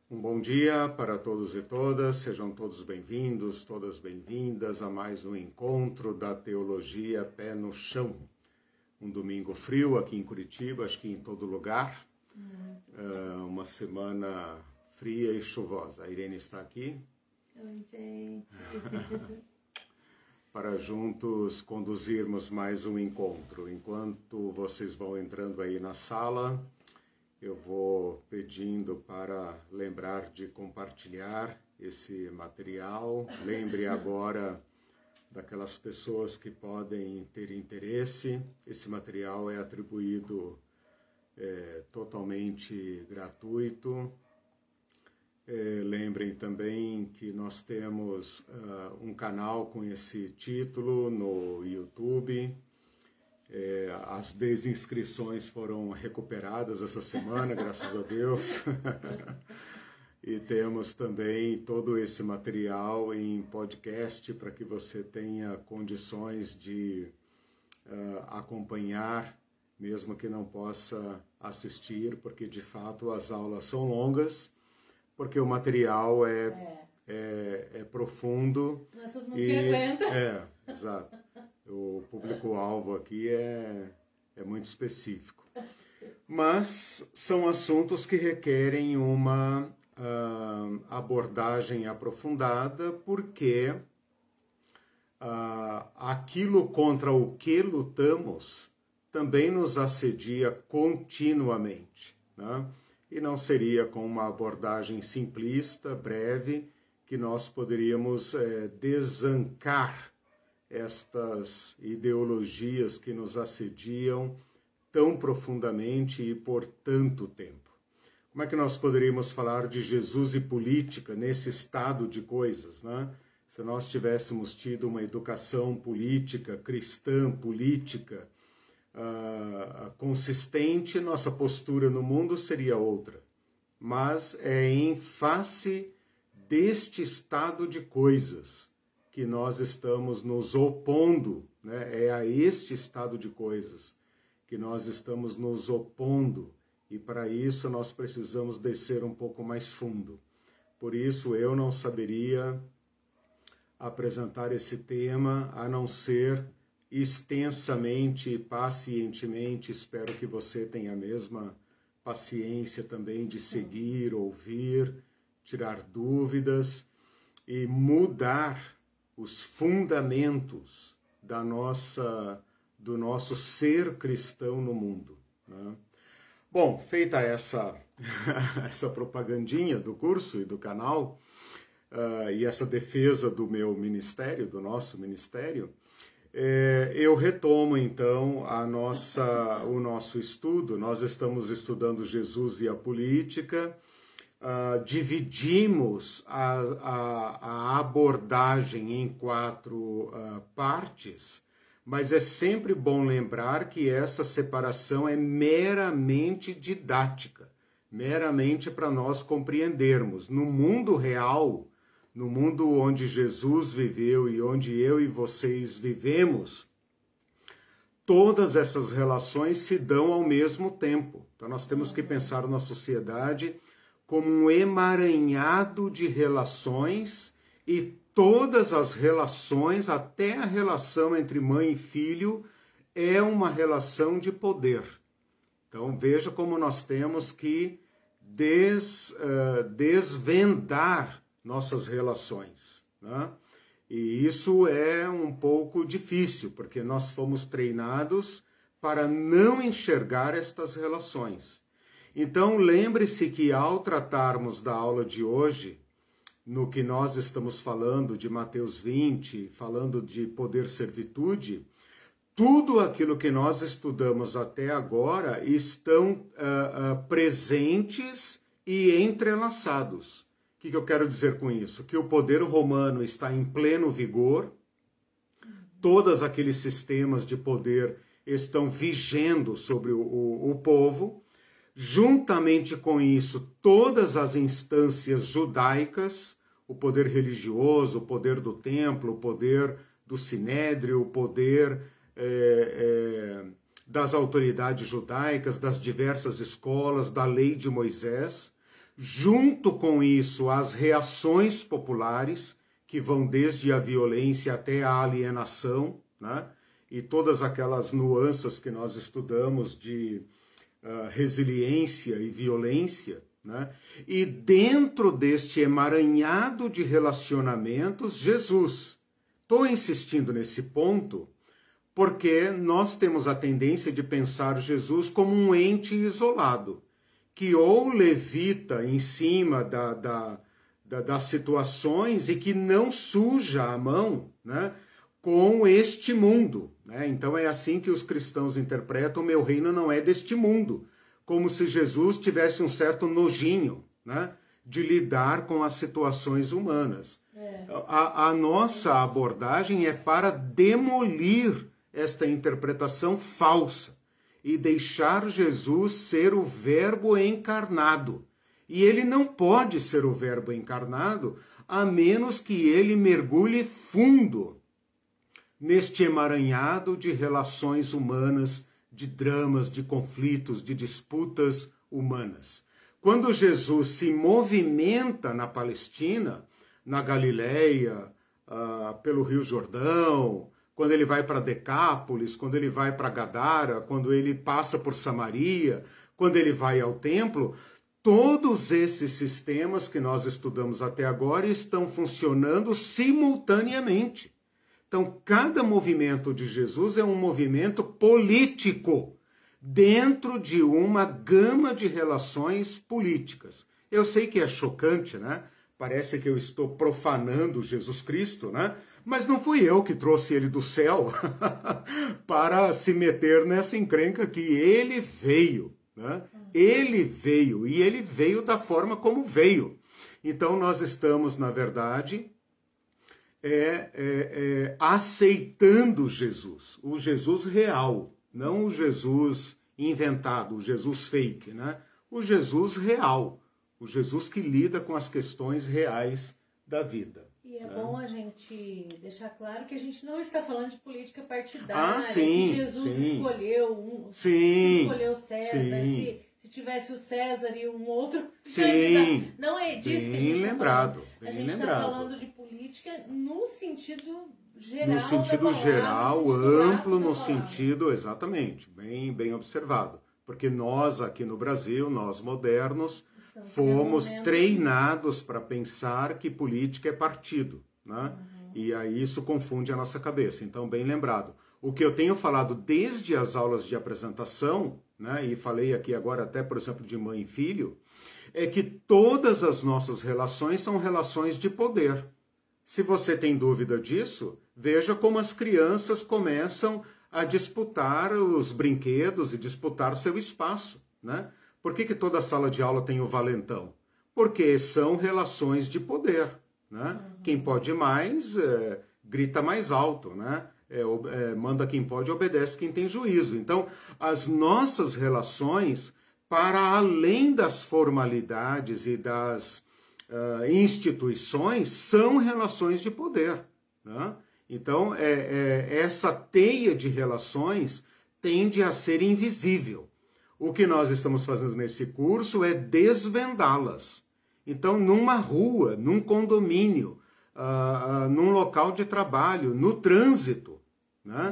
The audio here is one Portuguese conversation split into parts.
Um bom dia para todos e todas, sejam todos bem-vindos, todas bem-vindas a mais um encontro da Teologia Pé no Chão. Um domingo frio aqui em Curitiba, acho que em todo lugar. Uma semana fria e chuvosa. A Irene está aqui. Oi, gente. Para juntos conduzirmos mais um encontro. Enquanto vocês vão entrando aí na sala, eu vou pedindo para lembrar de compartilhar esse material. Lembre agora daquelas pessoas que podem ter interesse. Esse material é atribuído totalmente gratuito. Lembrem também que nós temos um canal com esse título no YouTube. As desinscrições foram recuperadas essa semana, graças a Deus. E temos também todo esse material em podcast para que você tenha condições de acompanhar, mesmo que não possa assistir, porque de fato as aulas são longas, porque o material é profundo. Não é todo mundo que aguenta. Exato. O público-alvo aqui é muito específico. Mas são assuntos que requerem uma abordagem aprofundada, porque aquilo contra o que lutamos também nos assedia continuamente, né? E não seria com uma abordagem simplista, breve, que nós poderíamos desancar estas ideologias que nos assediam tão profundamente e por tanto tempo. Como é que nós poderíamos falar de Jesus e política nesse estado de coisas, né? Se nós tivéssemos tido uma educação política, cristã, política, consistente, nossa postura no mundo seria outra. Mas é em face deste estado de coisas que nós estamos nos opondo, né? É a este estado de coisas que nós estamos nos opondo, e para isso nós precisamos descer um pouco mais fundo. Por isso eu não saberia apresentar esse tema, a não ser extensamente e pacientemente. Espero que você tenha a mesma paciência também de seguir, ouvir, tirar dúvidas e mudar os fundamentos do nosso ser cristão no mundo, né? Bom, feita essa propagandinha do curso e do canal, e essa defesa do meu ministério, do nosso ministério, eu retomo então o nosso estudo. Nós estamos estudando Jesus e a política. Dividimos a abordagem em 4 partes, mas é sempre bom lembrar que essa separação é meramente didática, meramente para nós compreendermos. No mundo real, no mundo onde Jesus viveu e onde eu e vocês vivemos, todas essas relações se dão ao mesmo tempo. Então nós temos que pensar na sociedade como um emaranhado de relações, e todas as relações, até a relação entre mãe e filho, é uma relação de poder. Então veja como nós temos que desvendar nossas relações, né? E isso é um pouco difícil, porque nós fomos treinados para não enxergar estas relações. Então, lembre-se que ao tratarmos da aula de hoje, no que nós estamos falando de Mateus 20, falando de poder-servitude, tudo aquilo que nós estudamos até agora estão presentes e entrelaçados. O que eu quero dizer com isso? Que o poder romano está em pleno vigor, todos aqueles sistemas de poder estão vigendo sobre o povo. Juntamente com isso, todas as instâncias judaicas, o poder religioso, o poder do templo, o poder do sinédrio, o poder das autoridades judaicas, das diversas escolas, da lei de Moisés, Junto com isso, as reações populares, que vão desde a violência até a alienação, né? E todas aquelas nuances que nós estudamos de resiliência e violência, né? E dentro deste emaranhado de relacionamentos, Jesus. Estou insistindo nesse ponto porque nós temos a tendência de pensar Jesus como um ente isolado, que ou levita em cima das situações e que não suja a mão, né, com este mundo. Né? Então é assim que os cristãos interpretam: meu reino não é deste mundo, como se Jesus tivesse um certo nojinho, né, de lidar com as situações humanas. A nossa abordagem é para demolir esta interpretação falsa e deixar Jesus ser o Verbo encarnado. E ele não pode ser o Verbo encarnado a menos que ele mergulhe fundo neste emaranhado de relações humanas, de dramas, de conflitos, de disputas humanas. Quando Jesus se movimenta na Palestina, na Galileia, pelo Rio Jordão, quando ele vai para Decápolis, quando ele vai para Gadara, quando ele passa por Samaria, quando ele vai ao templo, todos esses sistemas que nós estudamos até agora estão funcionando simultaneamente. Então, cada movimento de Jesus é um movimento político, dentro de uma gama de relações políticas. Eu sei que é chocante, né? Parece que eu estou profanando Jesus Cristo, né? Mas não fui eu que trouxe ele do céu para se meter nessa encrenca que ele veio, né? Ele veio, e ele veio da forma como veio. Então nós estamos, na verdade, aceitando Jesus, o Jesus real, não o Jesus inventado, o Jesus fake, né? O Jesus real, o Jesus que lida com as questões reais da vida. E é bom a gente deixar claro que a gente não está falando de política partidária, sim, que Jesus escolheu escolheu César, se tivesse o César e um outro candidato. Não é disso que a gente está falando. A gente está falando de política no sentido geral. No sentido geral, amplo, no sentido, exatamente, bem observado. Porque nós aqui no Brasil, nós modernos, fomos treinados para pensar que política é partido, né? E aí isso confunde a nossa cabeça. Então, bem lembrado. O que eu tenho falado desde as aulas de apresentação, né, e falei aqui agora até, por exemplo, de mãe e filho, é que todas as nossas relações são relações de poder. Se você tem dúvida disso, veja como as crianças começam a disputar os brinquedos e disputar seu espaço, né? Por que toda sala de aula tem o valentão? Porque são relações de poder, né? Quem pode mais, grita mais alto, né? Manda quem pode, obedece quem tem juízo. Então, as nossas relações, para além das formalidades e das instituições, são relações de poder, né? Então, essa teia de relações tende a ser invisível. O que nós estamos fazendo nesse curso é desvendá-las. Então, numa rua, num condomínio, num local de trabalho, no trânsito, né?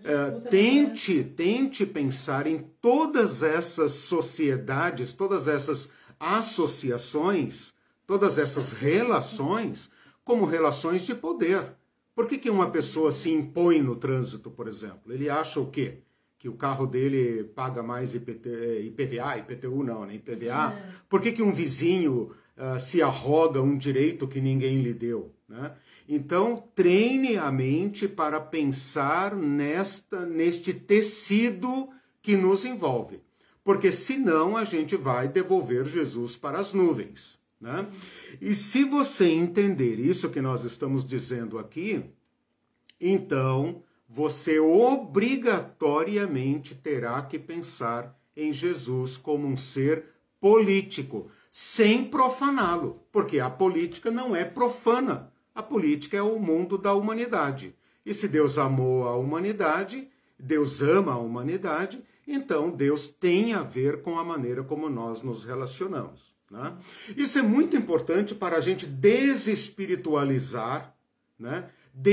Tente pensar em todas essas sociedades, todas essas associações, todas essas relações como relações de poder. Por que uma pessoa se impõe no trânsito, por exemplo? Ele acha o quê? Que o carro dele paga mais IPVA, IPTU não, né? IPVA. Por que um vizinho se arroga um direito que ninguém lhe deu, né? Então, treine a mente para pensar neste tecido que nos envolve. Porque senão a gente vai devolver Jesus para as nuvens, né? E se você entender isso que nós estamos dizendo aqui, então você obrigatoriamente terá que pensar em Jesus como um ser político, sem profaná-lo, porque a política não é profana. A política é o mundo da humanidade. E se Deus amou a humanidade, Deus ama a humanidade, então Deus tem a ver com a maneira como nós nos relacionamos. Né? Isso é muito importante para a gente desespiritualizar, né?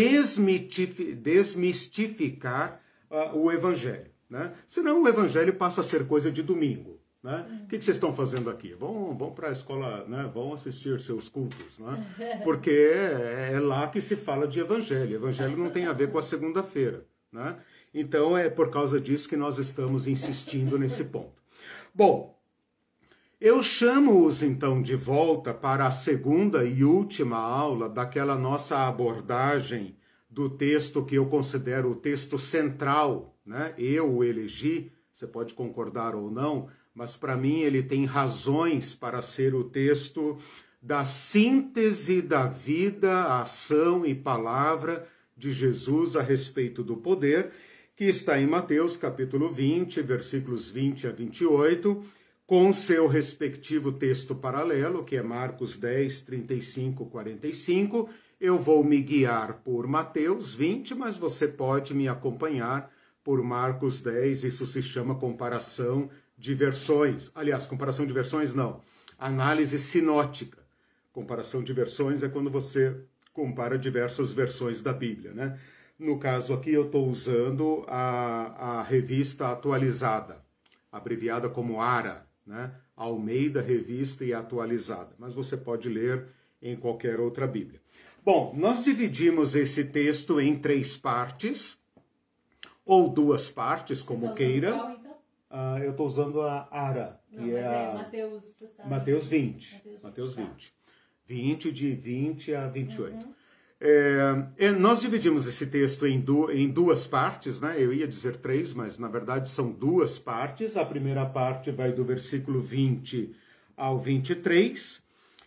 Desmistificar o Evangelho. Né? Senão o Evangelho passa a ser coisa de domingo. Né? O que vocês estão fazendo aqui? Vão para a escola, né? Vão assistir seus cultos. Né? Porque é lá que se fala de Evangelho. Evangelho não tem a ver com a segunda-feira. Né? Então é por causa disso que nós estamos insistindo nesse ponto. Bom, eu chamo-os então de volta para a segunda e última aula daquela nossa abordagem do texto que eu considero o texto central, né? Eu o elegi, você pode concordar ou não, mas para mim ele tem razões para ser o texto da síntese da vida, ação e palavra de Jesus a respeito do poder, que está em Mateus capítulo 20, versículos 20 a 28, com seu respectivo texto paralelo, que é Marcos 10, 35, 45. Eu vou me guiar por Mateus 20, mas você pode me acompanhar por Marcos 10, isso se chama comparação de versões. Aliás, comparação de versões não, análise sinótica. Comparação de versões é quando você compara diversas versões da Bíblia, né? No caso aqui eu estou usando a revista atualizada, abreviada como ARA, né? Almeida Revista e Atualizada, mas você pode ler em qualquer outra Bíblia. Bom, nós dividimos esse texto em 3 partes, ou 2 partes, como queira. Qual, então? Eu estou usando a ARA, que não, é Mateus 20. Mateus 20. 20, de 20 a 28. Nós dividimos esse texto em 2 partes, né? Eu ia dizer 3, mas na verdade são 2 partes. A primeira parte vai do versículo 20 ao 23,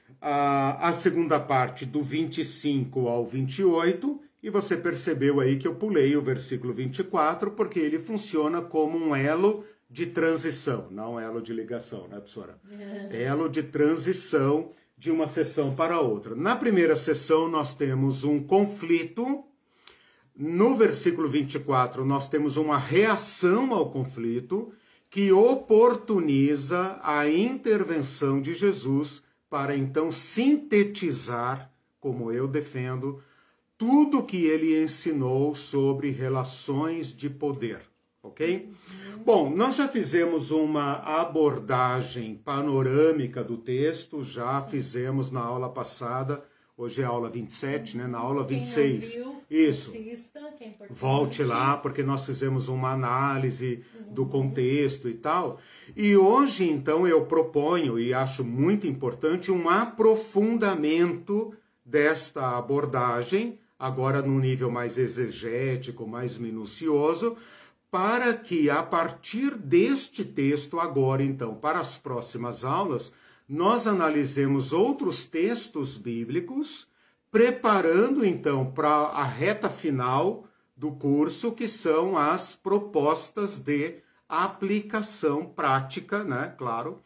a segunda parte do 25 ao 28, e você percebeu aí que eu pulei o versículo 24, porque ele funciona como um elo de transição, não elo de ligação, né, professora? Elo de transição de uma sessão para outra. Na primeira sessão, nós temos um conflito. No versículo 24, nós temos uma reação ao conflito que oportuniza a intervenção de Jesus para, então, sintetizar, como eu defendo, tudo que ele ensinou sobre relações de poder. Ok? Bom, nós já fizemos uma abordagem panorâmica do texto, já fizemos na aula passada, hoje é a aula 27, né? Na aula 26. Quem não viu, isso. Assista, que é importante. Volte lá, porque nós fizemos uma análise do contexto e tal. E hoje, então, eu proponho, e acho muito importante, um aprofundamento desta abordagem, agora num nível mais exegético, mais minucioso, para que, a partir deste texto, agora, então, para as próximas aulas, nós analisemos outros textos bíblicos, preparando, então, para a reta final do curso, que são as propostas de aplicação prática, né, claro,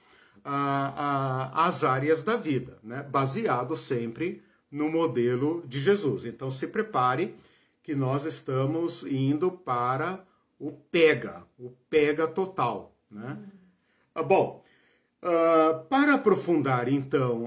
às áreas da vida, né, baseado sempre no modelo de Jesus. Então, se prepare que nós estamos indo para o pega total, né? Bom, para aprofundar, então,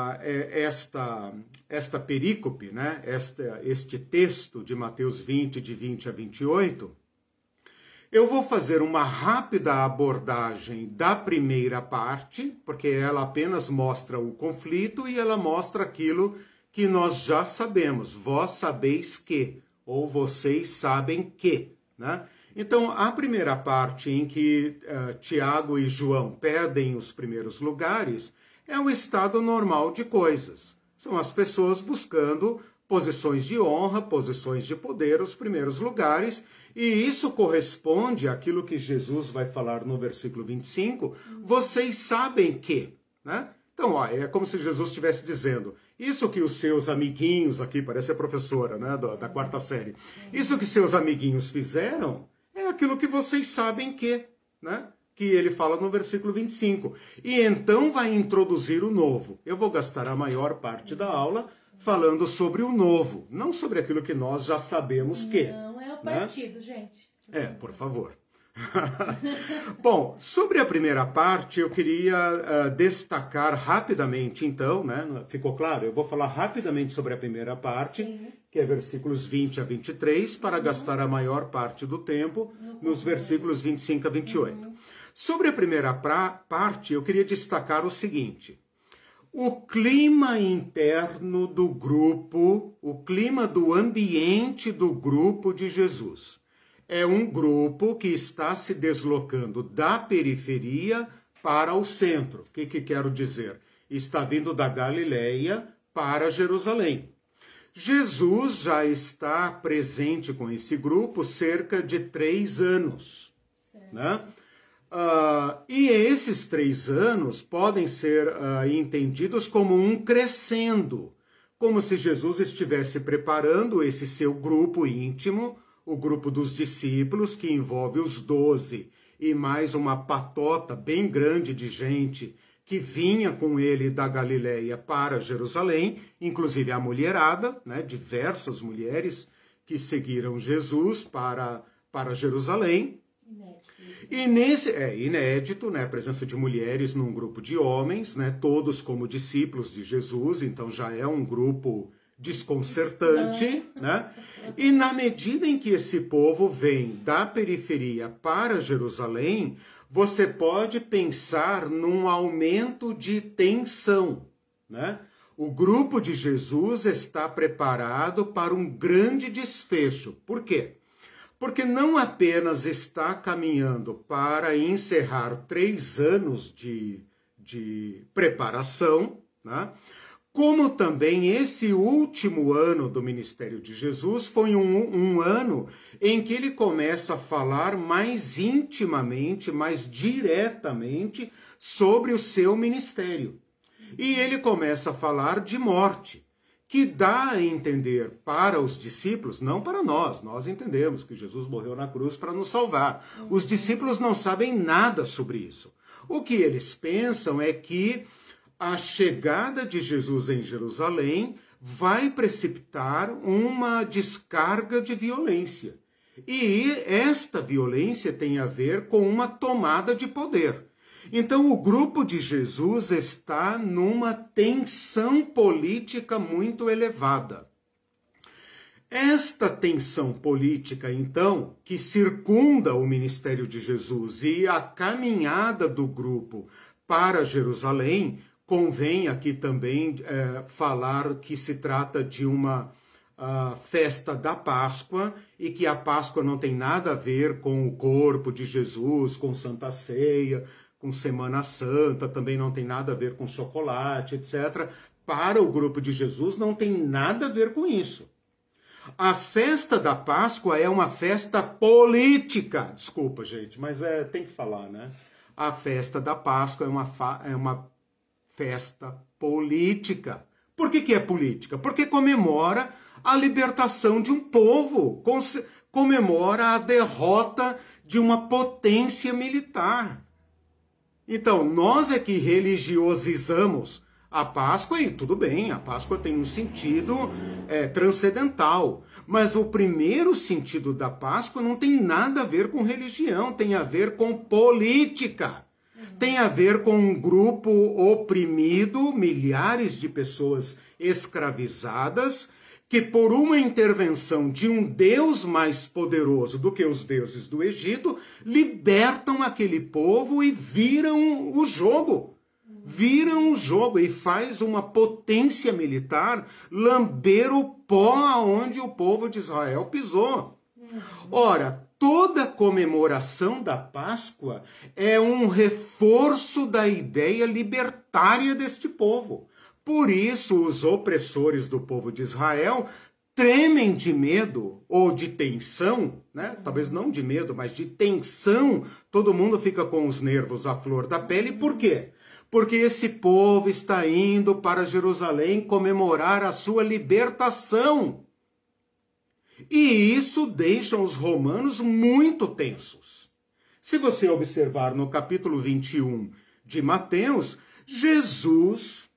esta perícope, né? Este texto de Mateus 20, de 20 a 28, eu vou fazer uma rápida abordagem da primeira parte, porque ela apenas mostra o conflito e ela mostra aquilo que nós já sabemos. Vós sabeis que, ou vocês sabem que, né? Então, a primeira parte em que Tiago e João perdem os primeiros lugares é o estado normal de coisas. São as pessoas buscando posições de honra, posições de poder, os primeiros lugares, e isso corresponde àquilo que Jesus vai falar no versículo 25, vocês sabem que, né? Então, é como se Jesus estivesse dizendo, isso que os seus amiguinhos, aqui parece a professora, né, da 4ª série, isso que seus amiguinhos fizeram, é aquilo que vocês sabem que, né? Que ele fala no versículo 25. E então vai introduzir o novo. Eu vou gastar a maior parte da aula falando sobre o novo, não sobre aquilo que nós já sabemos que. Não é o partido, né? Gente. Por favor. Bom, sobre a primeira parte, eu queria destacar rapidamente, então, né? Ficou claro? Eu vou falar rapidamente sobre a primeira parte, sim, que é versículos 20 a 23, para gastar a maior parte do tempo nos versículos 25 a 28. Sobre a primeira parte, eu queria destacar o seguinte: o clima interno do grupo, o clima do ambiente do grupo de Jesus. É um grupo que está se deslocando da periferia para o centro. O que quero dizer? Está vindo da Galileia para Jerusalém. Jesus já está presente com esse grupo cerca de 3 anos. Né? E esses 3 anos podem ser entendidos como um crescendo, como se Jesus estivesse preparando esse seu grupo íntimo, o grupo dos discípulos, que envolve os 12 e mais uma patota bem grande de gente que vinha com ele da Galileia para Jerusalém, inclusive a mulherada, né, diversas mulheres que seguiram Jesus para Jerusalém. E nesse inédito, né, a presença de mulheres num grupo de homens, né, todos como discípulos de Jesus, então já é um grupo desconcertante, né? E na medida em que esse povo vem da periferia para Jerusalém, você pode pensar num aumento de tensão, né? O grupo de Jesus está preparado para um grande desfecho. Por quê? Porque não apenas está caminhando para encerrar 3 anos de preparação, né? Como também esse último ano do ministério de Jesus foi um ano em que ele começa a falar mais intimamente, mais diretamente sobre o seu ministério. E ele começa a falar de morte, que dá a entender para os discípulos, não para nós. Nós entendemos que Jesus morreu na cruz para nos salvar. Os discípulos não sabem nada sobre isso. O que eles pensam é que a chegada de Jesus em Jerusalém vai precipitar uma descarga de violência. E esta violência tem a ver com uma tomada de poder. Então, o grupo de Jesus está numa tensão política muito elevada. Esta tensão política, então, que circunda o ministério de Jesus e a caminhada do grupo para Jerusalém, convém aqui também falar que se trata de uma festa da Páscoa e que a Páscoa não tem nada a ver com o corpo de Jesus, com Santa Ceia, com Semana Santa, também não tem nada a ver com chocolate, etc. Para o grupo de Jesus não tem nada a ver com isso. A festa da Páscoa é uma festa política. Desculpa, gente, mas tem que falar, né? A festa da Páscoa é uma festa política. Por que é política? Porque comemora a libertação de um povo, comemora a derrota de uma potência militar. Então, nós é que religiosizamos a Páscoa, e tudo bem, a Páscoa tem um sentido transcendental, mas o primeiro sentido da Páscoa não tem nada a ver com religião, tem a ver com política. Tem a ver com um grupo oprimido, milhares de pessoas escravizadas, que por uma intervenção de um Deus mais poderoso do que os deuses do Egito, libertam aquele povo e viram o jogo. Viram o jogo e faz uma potência militar lamber o pó aonde o povo de Israel pisou. Ora, toda comemoração da Páscoa é um reforço da ideia libertária deste povo. Por isso, os opressores do povo de Israel tremem de medo ou de tensão, né? Talvez não de medo, mas de tensão. Todo mundo fica com os nervos à flor da pele. Por quê? Porque esse povo está indo para Jerusalém comemorar a sua libertação. E isso deixa os romanos muito tensos. Se você observar no capítulo 21 de Mateus, Jesus,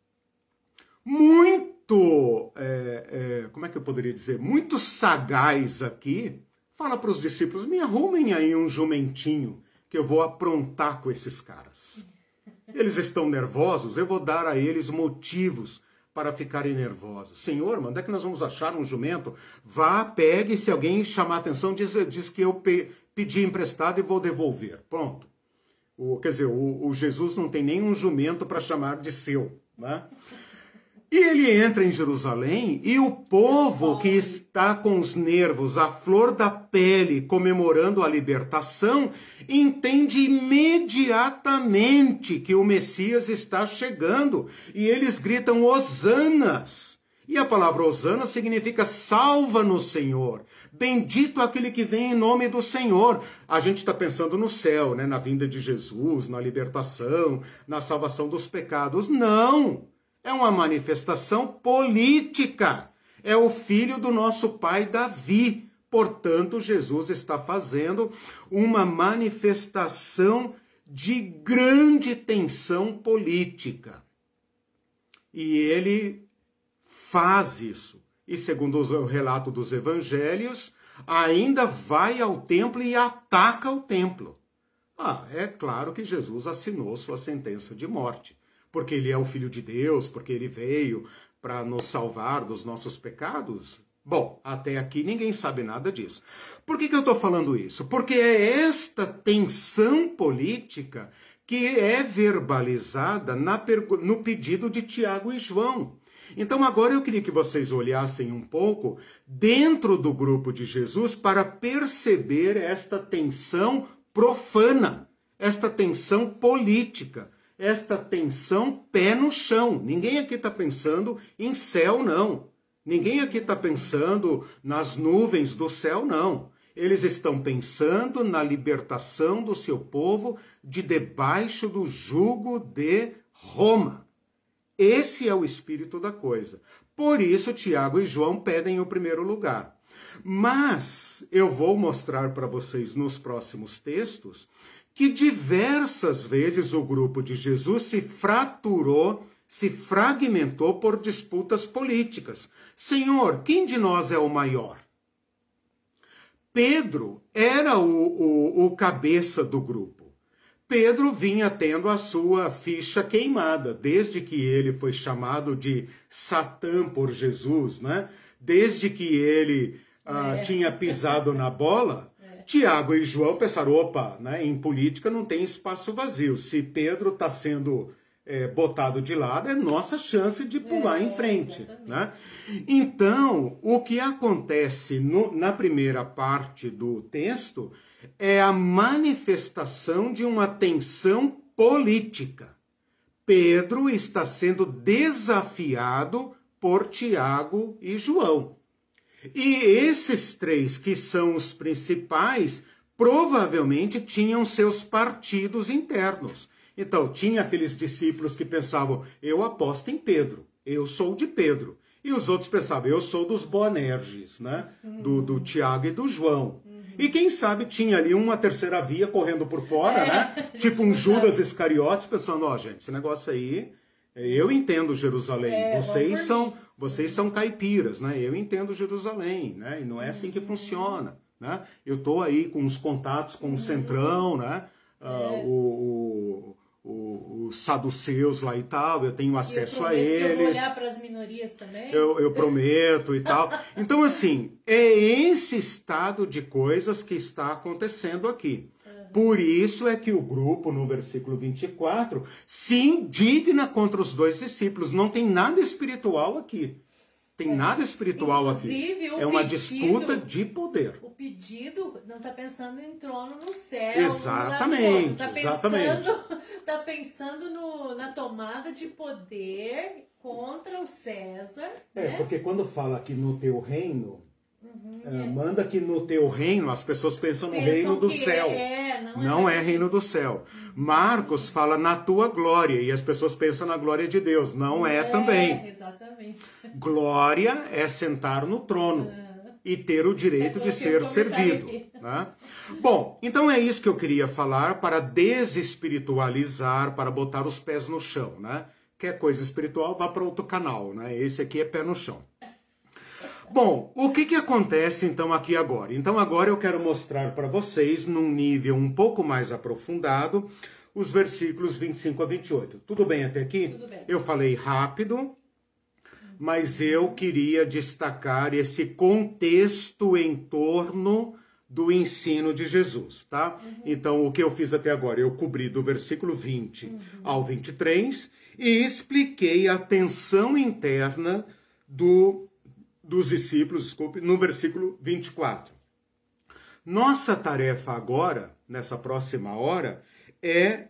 muito, como é que eu poderia dizer? Muito sagaz aqui, fala para os discípulos, me arrumem aí um jumentinho que eu vou aprontar com esses caras. Eles estão nervosos, eu vou dar a eles motivos para ficarem nervosos. Senhor, onde é que nós vamos achar um jumento? Vá, pegue, se alguém chamar a atenção, diz que eu pedi emprestado e vou devolver. Pronto. Quer dizer, o Jesus não tem nenhum jumento para chamar de seu, né? E ele entra em Jerusalém e o povo que está com os nervos à flor da pele comemorando a libertação entende imediatamente que o Messias está chegando e eles gritam Hosanas. E a palavra Hosana significa salva-nos, Senhor. Bendito aquele que vem em nome do Senhor. A gente está pensando no céu, né? Na vinda de Jesus, na libertação, na salvação dos pecados. Não! É uma manifestação política. É o filho do nosso pai Davi. Portanto, Jesus está fazendo uma manifestação de grande tensão política. E ele faz isso. E segundo o relato dos evangelhos, ainda vai ao templo e ataca o templo. É claro que Jesus assinou sua sentença de morte. Porque ele é o Filho de Deus, porque ele veio para nos salvar dos nossos pecados? Bom, até aqui ninguém sabe nada disso. Por que eu estou falando isso? Porque é esta tensão política que é verbalizada no pedido de Tiago e João. Então agora eu queria que vocês olhassem um pouco dentro do grupo de Jesus para perceber esta tensão profana, esta tensão política. Esta tensão pé no chão. Ninguém aqui está pensando em céu, não. Ninguém aqui está pensando nas nuvens do céu, não. Eles estão pensando na libertação do seu povo de debaixo do jugo de Roma. Esse é o espírito da coisa. Por isso, Tiago e João pedem o primeiro lugar. Mas eu vou mostrar para vocês nos próximos textos que diversas vezes o grupo de Jesus se fraturou, se fragmentou por disputas políticas. Senhor, quem de nós é o maior? Pedro era o cabeça do grupo. Pedro vinha tendo a sua ficha queimada, desde que ele foi chamado de Satã por Jesus, né? Desde que ele tinha pisado na bola. Tiago e João pensaram, opa, né, em política não tem espaço vazio. Se Pedro está sendo botado de lado, é nossa chance de pular em frente. Né? Então, o que acontece na primeira parte do texto é a manifestação de uma tensão política. Pedro está sendo desafiado por Tiago e João. E esses três, que são os principais, provavelmente tinham seus partidos internos. Então, tinha aqueles discípulos que pensavam, eu aposto em Pedro, eu sou de Pedro. E os outros pensavam, eu sou dos Boanerges, né? Do Tiago e do João. E quem sabe tinha ali uma terceira via correndo por fora, né? Tipo um Judas Iscariotes, pensando, gente, esse negócio aí, eu entendo Jerusalém, vocês são caipiras, né? Eu entendo Jerusalém, né? E não é assim que funciona, né? Eu estou aí com os contatos com o Centrão, né? Os saduceus lá e tal, eu tenho acesso a eles. Eu vou olhar para as minorias também. Eu prometo e tal. Então, assim, é esse estado de coisas que está acontecendo aqui. Por isso é que o grupo, no versículo 24, se indigna contra os dois discípulos. Não tem nada espiritual aqui. Tem nada espiritual aqui. É uma disputa de poder. O pedido não está pensando em trono no céu. Exatamente. Está pensando na tomada de poder contra o César. Né? Porque quando fala aqui no teu reino... manda que no teu reino, as pessoas pensam no reino do céu. Não é reino do céu. Marcos fala na tua glória e as pessoas pensam na glória de Deus. Não é também. Exatamente. Glória é sentar no trono e ter o direito de ser servido. Né? Bom, então é isso que eu queria falar para desespiritualizar, para botar os pés no chão. Né? Quer coisa espiritual, vá para outro canal. Né? Esse aqui é pé no chão. Bom, o que acontece então aqui agora? Então agora eu quero mostrar para vocês, num nível um pouco mais aprofundado, os versículos 25 a 28. Tudo bem até aqui? Tudo bem. Eu falei rápido, mas eu queria destacar esse contexto em torno do ensino de Jesus, tá? Então, o que eu fiz até agora? Eu cobri do versículo 20 ao 23 e expliquei a tensão interna dos discípulos, desculpe, no versículo 24. Nossa tarefa agora, nessa próxima hora, é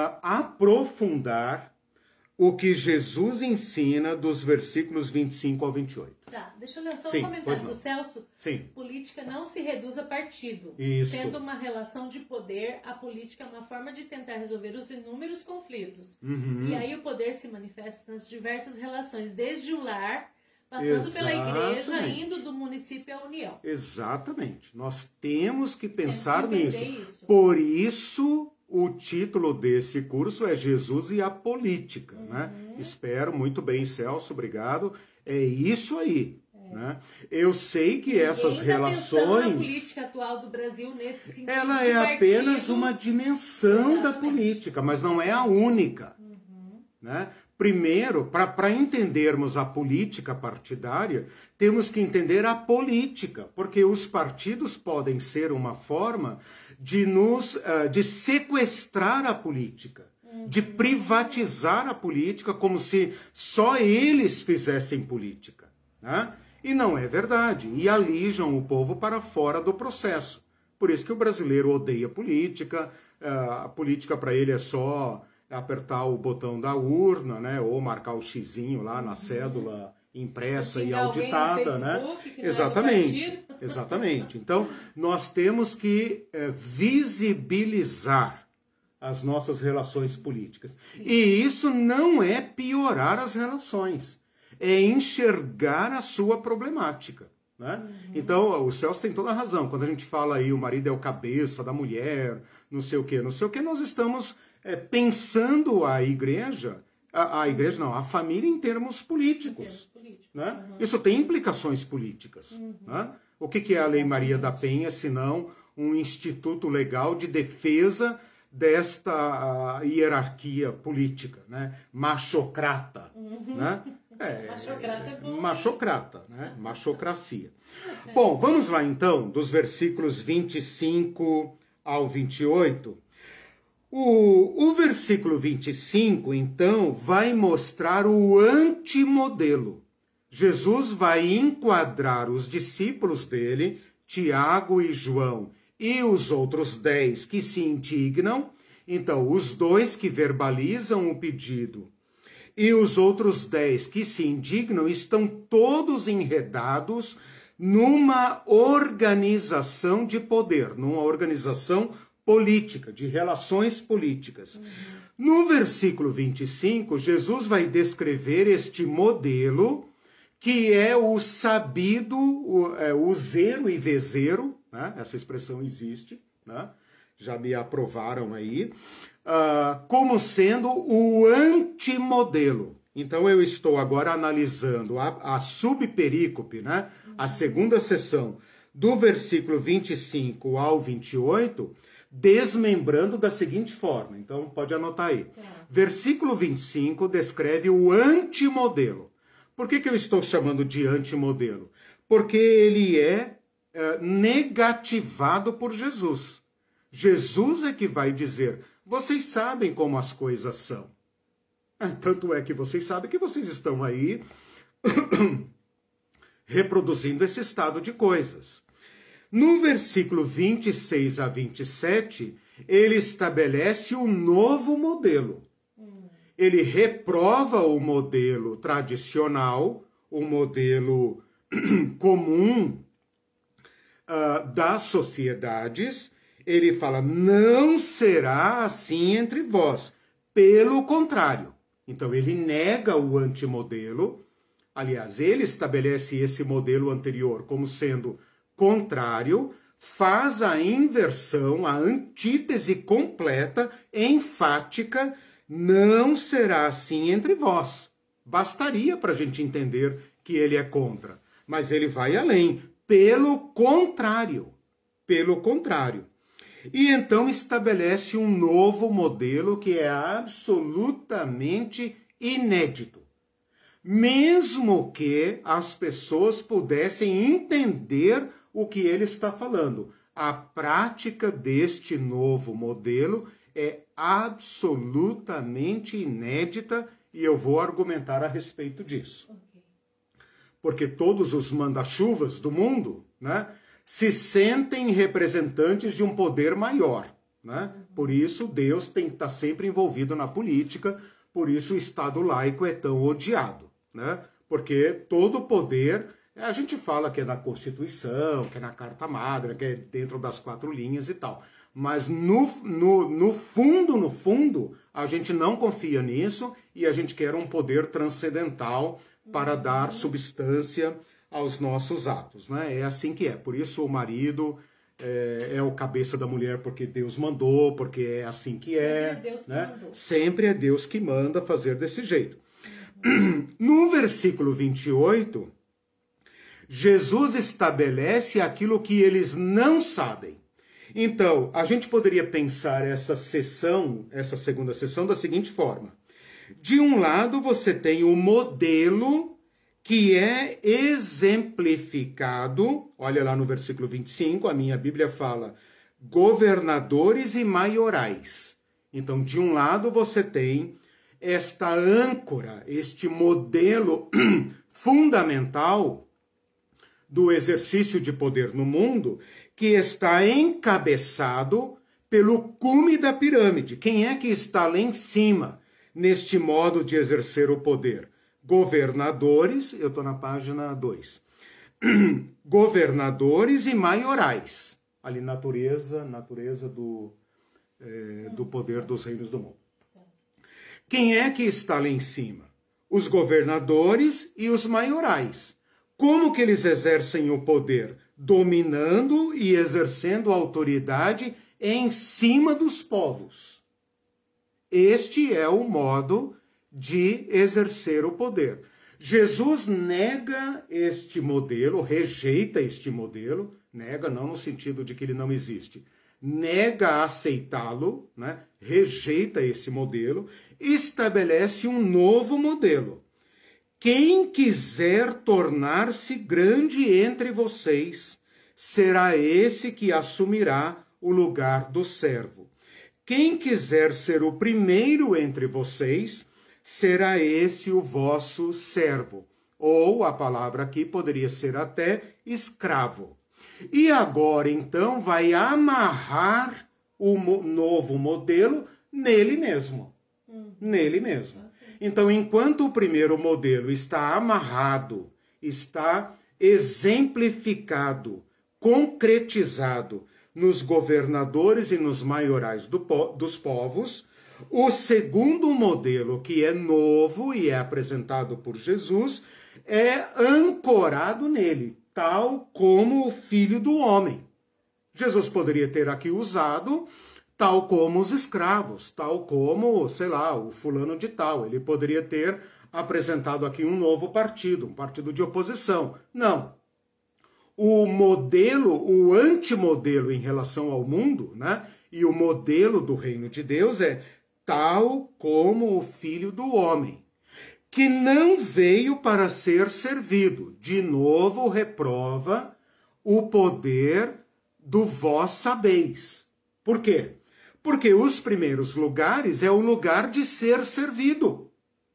aprofundar o que Jesus ensina dos versículos 25 ao 28. Tá, deixa eu ler só um comentário do Celso. Sim. Política não se reduz a partido. Isso. Sendo uma relação de poder, a política é uma forma de tentar resolver os inúmeros conflitos. E aí o poder se manifesta nas diversas relações, desde o lar, passando pela igreja, indo do município à União. Exatamente. Nós temos que pensar nisso. Isso. Por isso, o título desse curso é Jesus e a Política, né? Espero, muito bem, Celso, obrigado. É isso aí, né? Eu sei que essas relações... na política atual do Brasil nesse sentido. Ela é apenas uma dimensão da política, mas não é a única, né? Primeiro, para entendermos a política partidária, temos que entender a política, porque os partidos podem ser uma forma de sequestrar a política, de privatizar a política como se só eles fizessem política, né? E não é verdade, e alijam o povo para fora do processo. Por isso que o brasileiro odeia política, a política para ele é só apertar o botão da urna, né? Ou marcar o xizinho lá na cédula impressa e auditada, né? Exatamente, exatamente. Então, nós temos que visibilizar as nossas relações políticas. Sim. E isso não é piorar as relações, é enxergar a sua problemática, né? Então, o Celso tem toda a razão. Quando a gente fala aí, o marido é o cabeça da mulher, não sei o quê, nós estamos pensando a igreja, a família em termos políticos. Né? Isso tem implicações políticas. Né? O que é a Lei Maria da Penha, senão um instituto legal de defesa desta hierarquia política, né? Machocrata. Né? Machocrata é bom. Machocrata, né? Machocracia. Bom, vamos lá então, dos versículos 25 ao 28. O versículo 25, então, vai mostrar o antimodelo. Jesus vai enquadrar os discípulos dele, Tiago e João, e os outros 10 que se indignam. Então, os 2 que verbalizam o pedido e os outros 10 que se indignam estão todos enredados numa organização de poder, numa organização política, de relações políticas. No versículo 25, Jesus vai descrever este modelo que é o sabido, o zero e vezeiro, né? Essa expressão existe, né? Já me aprovaram aí, como sendo o antimodelo. Então eu estou agora analisando a subperícope, né? A segunda seção, do versículo 25 ao 28, desmembrando da seguinte forma. Então, pode anotar aí. Versículo 25 descreve o antimodelo. Por que eu estou chamando de antimodelo? Porque ele é negativado por Jesus. Jesus é que vai dizer, vocês sabem como as coisas são. Tanto é que vocês sabem que vocês estão aí reproduzindo esse estado de coisas. No versículo 26 a 27, ele estabelece um novo modelo. Ele reprova o modelo tradicional, o modelo comum das sociedades. Ele fala, não será assim entre vós. Pelo contrário. Então, ele nega o antimodelo. Aliás, ele estabelece esse modelo anterior como sendo contrário, faz a inversão, a antítese completa, enfática, não será assim entre vós. Bastaria para a gente entender que ele é contra. Mas ele vai além. Pelo contrário. E então estabelece um novo modelo que é absolutamente inédito. Mesmo que as pessoas pudessem entender o que ele está falando. A prática deste novo modelo é absolutamente inédita e eu vou argumentar a respeito disso. Porque todos os manda-chuvas do mundo, né, se sentem representantes de um poder maior, né? Por isso Deus tem que estar sempre envolvido na política, por isso o Estado laico é tão odiado, né? Porque todo poder, a gente fala que é na Constituição, que é na Carta Magna, que é dentro das 4 linhas e tal. Mas no fundo, a gente não confia nisso e a gente quer um poder transcendental para dar substância aos nossos atos, né? É assim que é. Por isso o marido é o cabeça da mulher porque Deus mandou, porque é assim que é. Sempre é Deus que manda fazer desse jeito. No versículo 28, Jesus estabelece aquilo que eles não sabem. Então, a gente poderia pensar essa segunda sessão, da seguinte forma. De um lado, você tem o modelo que é exemplificado, olha lá no versículo 25, a minha Bíblia fala, governadores e maiorais. Então, de um lado, você tem esta âncora, este modelo fundamental do exercício de poder no mundo, que está encabeçado pelo cume da pirâmide. Quem é que está lá em cima neste modo de exercer o poder? Governadores, eu estou na página 2. Governadores e maiorais. Ali, natureza do poder dos reinos do mundo. Quem é que está lá em cima? Os governadores e os maiorais. Como que eles exercem o poder? Dominando e exercendo autoridade em cima dos povos. Este é o modo de exercer o poder. Jesus nega este modelo, rejeita este modelo, nega não no sentido de que ele não existe, nega aceitá-lo, né? Rejeita esse modelo, estabelece um novo modelo. Quem quiser tornar-se grande entre vocês, será esse que assumirá o lugar do servo. Quem quiser ser o primeiro entre vocês, será esse o vosso servo. Ou a palavra aqui poderia ser até escravo. E agora, então, vai amarrar o novo modelo nele mesmo. Nele mesmo. Então, enquanto o primeiro modelo está amarrado, está exemplificado, concretizado nos governadores e nos maiorais dos povos, o segundo modelo, que é novo e é apresentado por Jesus, é ancorado nele, tal como o Filho do Homem. Jesus poderia ter aqui usado tal como os escravos, tal como, sei lá, o fulano de tal. Ele poderia ter apresentado aqui um novo partido, um partido de oposição. Não. O modelo, o antimodelo em relação ao mundo, né? E o modelo do reino de Deus é tal como o Filho do Homem, que não veio para ser servido. De novo reprova o poder do vós sabeis. Por quê? Porque os primeiros lugares é o lugar de ser servido.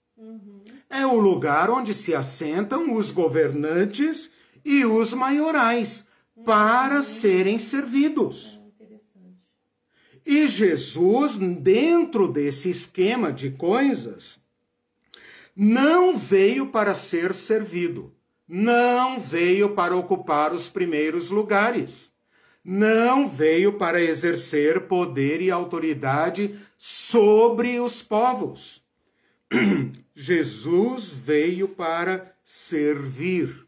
É o lugar onde se assentam os governantes e os maiorais para serem servidos. E Jesus, dentro desse esquema de coisas, não veio para ser servido, não veio para ocupar os primeiros lugares, não veio para exercer poder e autoridade sobre os povos. Jesus veio para servir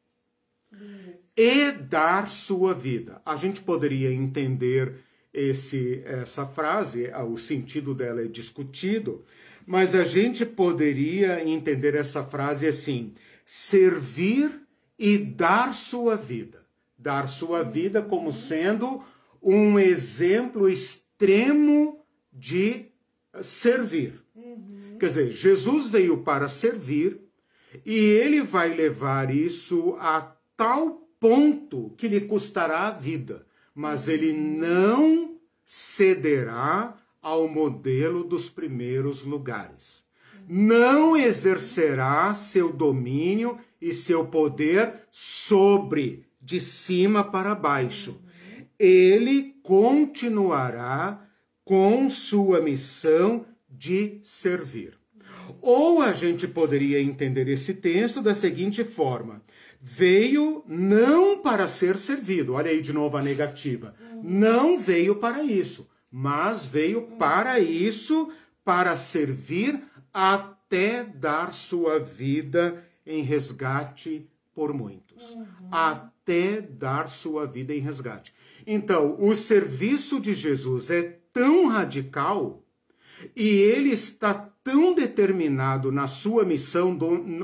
e dar sua vida. A gente poderia entender essa frase, o sentido dela é discutido, mas a gente poderia entender essa frase assim: servir e dar sua vida. Dar sua vida como sendo um exemplo extremo de servir. Quer dizer, Jesus veio para servir e ele vai levar isso a tal ponto que lhe custará a vida. Mas ele não cederá ao modelo dos primeiros lugares. Não exercerá seu domínio e seu poder sobre, de cima para baixo. Ele continuará com sua missão de servir. Ou a gente poderia entender esse texto da seguinte forma: veio não para ser servido. Olha aí de novo a negativa. Não veio para isso, mas veio para isso, para servir até dar sua vida em resgate por muitos. Até dar sua vida em resgate. Então, o serviço de Jesus é tão radical e ele está tão determinado na sua missão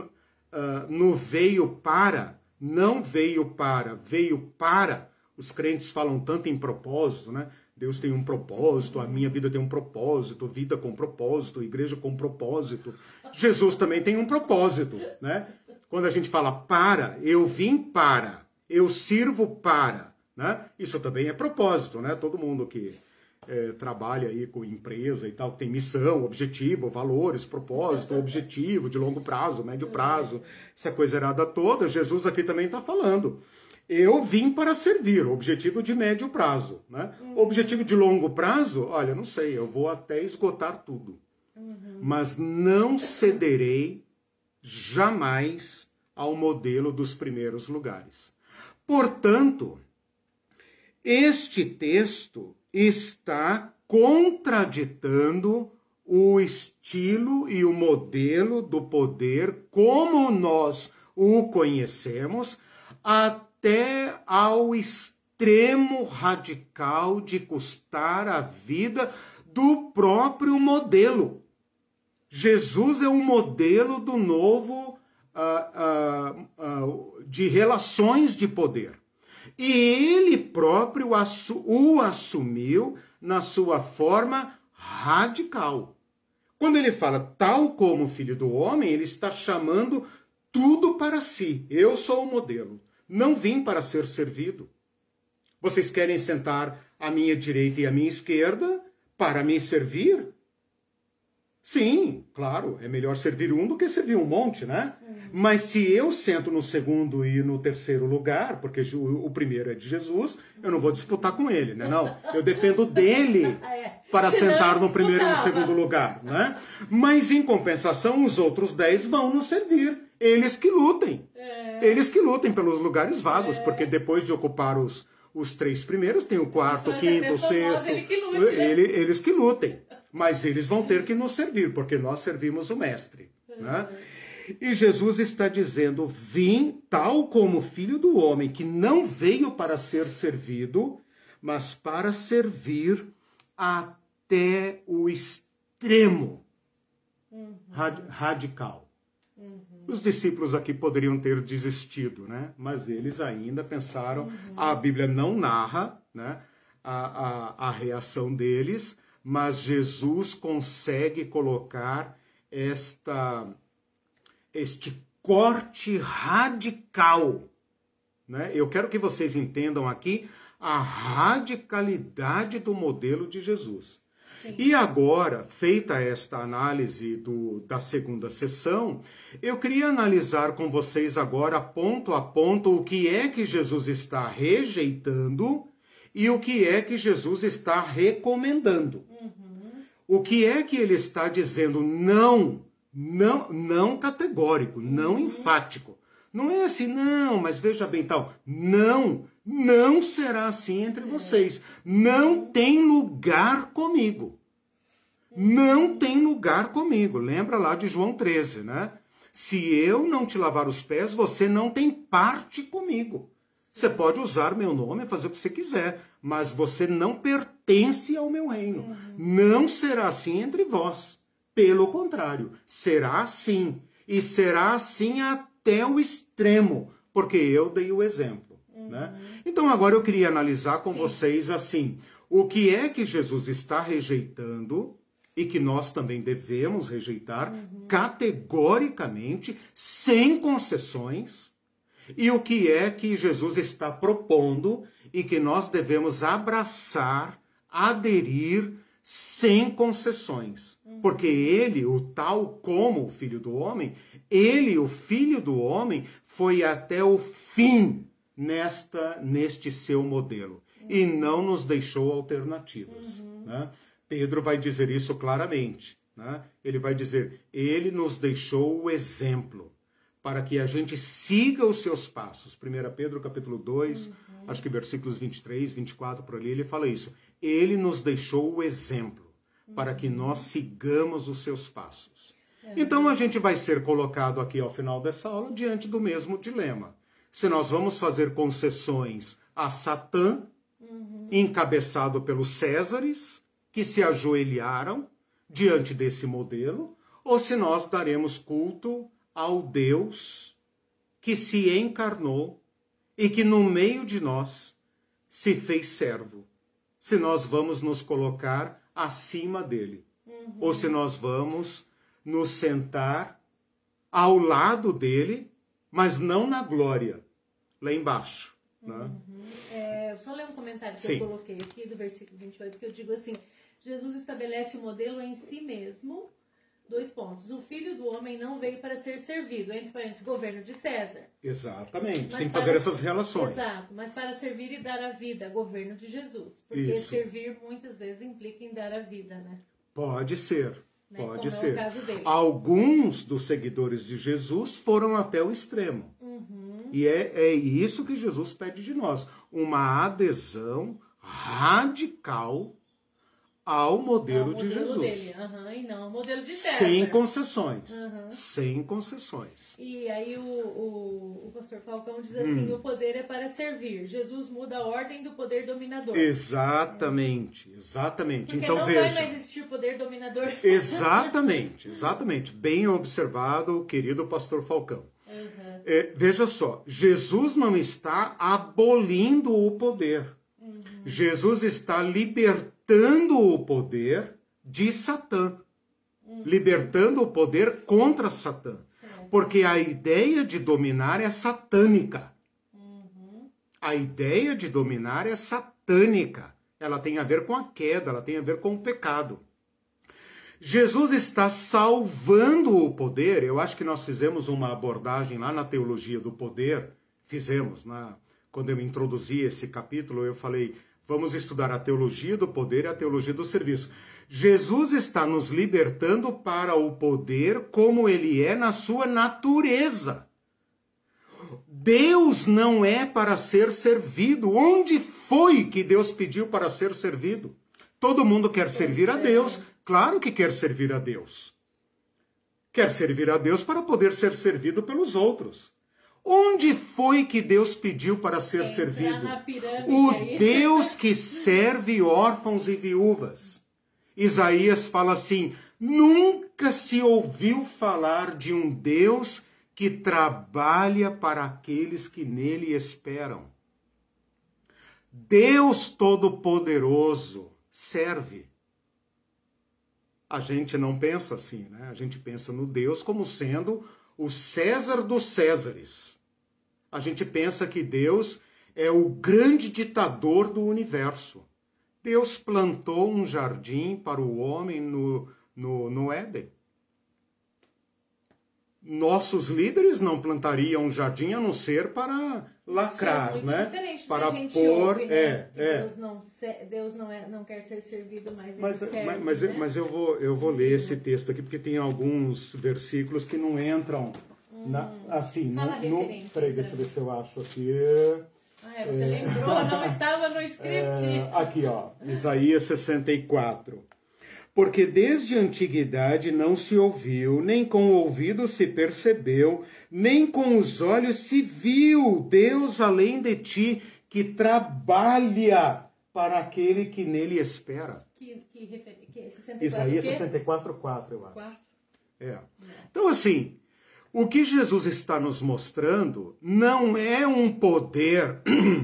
no veio para, não veio para, veio para. Os crentes falam tanto em propósito, né? Deus tem um propósito, a minha vida tem um propósito, vida com propósito, igreja com propósito. Jesus também tem um propósito, né? Quando a gente fala para, eu vim para, eu sirvo para, né? Isso também é propósito, né? Todo mundo que trabalha aí com empresa e tal, tem missão, objetivo, valores, propósito, objetivo de longo prazo, médio prazo, essa coisa errada toda, Jesus aqui também está falando. Eu vim para servir, objetivo de médio prazo, né? Objetivo de longo prazo, olha, não sei, eu vou até esgotar tudo. Mas não cederei jamais ao modelo dos primeiros lugares. Portanto, este texto está contraditando o estilo e o modelo do poder como nós o conhecemos, até ao extremo radical de custar a vida do próprio modelo. Jesus é um modelo do novo de relações de poder. E ele próprio o assumiu na sua forma radical. Quando ele fala tal como o Filho do Homem, ele está chamando tudo para si. Eu sou o modelo. Não vim para ser servido. Vocês querem sentar à minha direita e à minha esquerda para me servir? Sim, claro, é melhor servir um do que servir um monte, né? Mas se eu sento no segundo e no terceiro lugar, porque o primeiro é de Jesus, eu não vou disputar com ele, né? Não, eu dependo dele para sentar no primeiro e no segundo lugar, né? Mas em compensação, os outros 10 vão nos servir. Eles que lutem. Eles que lutem pelos lugares vagos, porque depois de ocupar os 3 primeiros, tem o quarto, o quinto, o sexto. Eles que lutem. Mas eles vão ter que nos servir, porque nós servimos o Mestre. Né? E Jesus está dizendo, vim tal como Filho do Homem, que não veio para ser servido, mas para servir até o extremo radical. Os discípulos aqui poderiam ter desistido, né? Mas eles ainda pensaram, a Bíblia não narra, né, a reação deles, mas Jesus consegue colocar este corte radical, né? Eu quero que vocês entendam aqui a radicalidade do modelo de Jesus. Sim. E agora, feita esta análise da segunda sessão, eu queria analisar com vocês agora, ponto a ponto, o que é que Jesus está rejeitando e o que é que Jesus está recomendando. O que é que ele está dizendo não categórico, não enfático. Não é assim, não, mas veja bem tal. Não será assim entre vocês. Não tem lugar comigo. Não tem lugar comigo. Lembra lá de João 13, né? Se eu não te lavar os pés, você não tem parte comigo. Você pode usar meu nome, fazer o que você quiser, mas você não pertence ao meu reino. Não será assim entre vós. Pelo contrário, será assim. E será assim até o extremo. porque eu dei o exemplo. Né? Então agora eu queria analisar com vocês assim, o que é que Jesus está rejeitando e que nós também devemos rejeitar categoricamente, sem concessões, e o que é que Jesus está propondo e que nós devemos abraçar, aderir, sem concessões. Porque ele, o tal como o Filho do Homem, ele, o Filho do Homem, foi até o fim neste seu modelo. E não nos deixou alternativas. Né? Pedro vai dizer isso claramente. Né? Ele vai dizer, ele nos deixou o exemplo para que a gente siga os seus passos. 1 Pedro capítulo 2, acho que versículos 23, 24, por ali, ele fala isso. Ele nos deixou o exemplo para que nós sigamos os seus passos. Então a gente vai ser colocado aqui ao final dessa aula diante do mesmo dilema. Se nós vamos fazer concessões a Satã, encabeçado pelos Césares, que se ajoelharam diante desse modelo, ou se nós daremos culto ao Deus que se encarnou e que no meio de nós se fez servo. Se nós vamos nos colocar acima dele, ou se nós vamos nos sentar ao lado dele, mas não na glória, lá embaixo. Né? Só ler um comentário que eu coloquei aqui do versículo 28, que eu digo assim, Jesus estabelece o modelo em si mesmo, 2 pontos. O Filho do Homem não veio para ser servido, entre parênteses, governo de César. Exatamente, tem que fazer essas relações. Exato, mas para servir e dar a vida, governo de Jesus. Porque servir muitas vezes implica em dar a vida, né? Pode ser, né? pode Como ser. É o caso dele. Alguns dos seguidores de Jesus foram até o extremo. E é isso que Jesus pede de nós. Uma adesão radical ao modelo de Jesus. Dele. E não ao modelo de César. Sem concessões. Sem concessões. E aí o pastor Falcão diz assim, o poder é para servir. Jesus muda a ordem do poder dominador. Exatamente, exatamente. Porque então não veja. vai mais existir poder dominador. Exatamente, exatamente. Bem observado, querido pastor Falcão. Veja só, Jesus não está abolindo o poder. Jesus está libertando o poder de Satã. Libertando o poder contra Satã. Porque a ideia de dominar é satânica. A ideia de dominar é satânica. Ela tem a ver com a queda, ela tem a ver com o pecado. Jesus está salvando o poder. Eu acho que nós fizemos uma abordagem lá na teologia do poder. Fizemos, quando eu introduzi esse capítulo, eu falei, vamos estudar a teologia do poder e a teologia do serviço. Jesus está nos libertando para o poder como ele é na sua natureza. Deus não é para ser servido. Onde foi que Deus pediu para ser servido? Todo mundo quer servir a Deus. Claro que quer servir a Deus. Quer servir a Deus para poder ser servido pelos outros. Onde foi que Deus pediu para ser servido? O Deus que serve órfãos e viúvas. Isaías fala assim, nunca se ouviu falar de um Deus que trabalha para aqueles que nele esperam. Deus Todo-Poderoso serve. A gente não pensa assim, né? A gente pensa no Deus como sendo o César dos Césares. A gente pensa que Deus é o grande ditador do universo. Deus plantou um jardim para o homem no Éden. Nossos líderes não plantariam um jardim a não ser para lacrar, muito né? Diferente para da gente pôr, ouve, né? Deus não quer ser servido, mas ele serve, né? Mas eu vou ler esse texto aqui porque tem alguns versículos que não entram assim. Peraí, deixa eu ver se eu acho aqui. Você lembrou? Não estava no script. Aqui, ó, Isaías 64. Porque desde a antiguidade não se ouviu, nem com o ouvido se percebeu, nem com os olhos se viu Deus além de ti, que trabalha para aquele que nele espera. Que 64, Isaías 64, 4, eu acho. 4? Então, assim, O que Jesus está nos mostrando não é um poder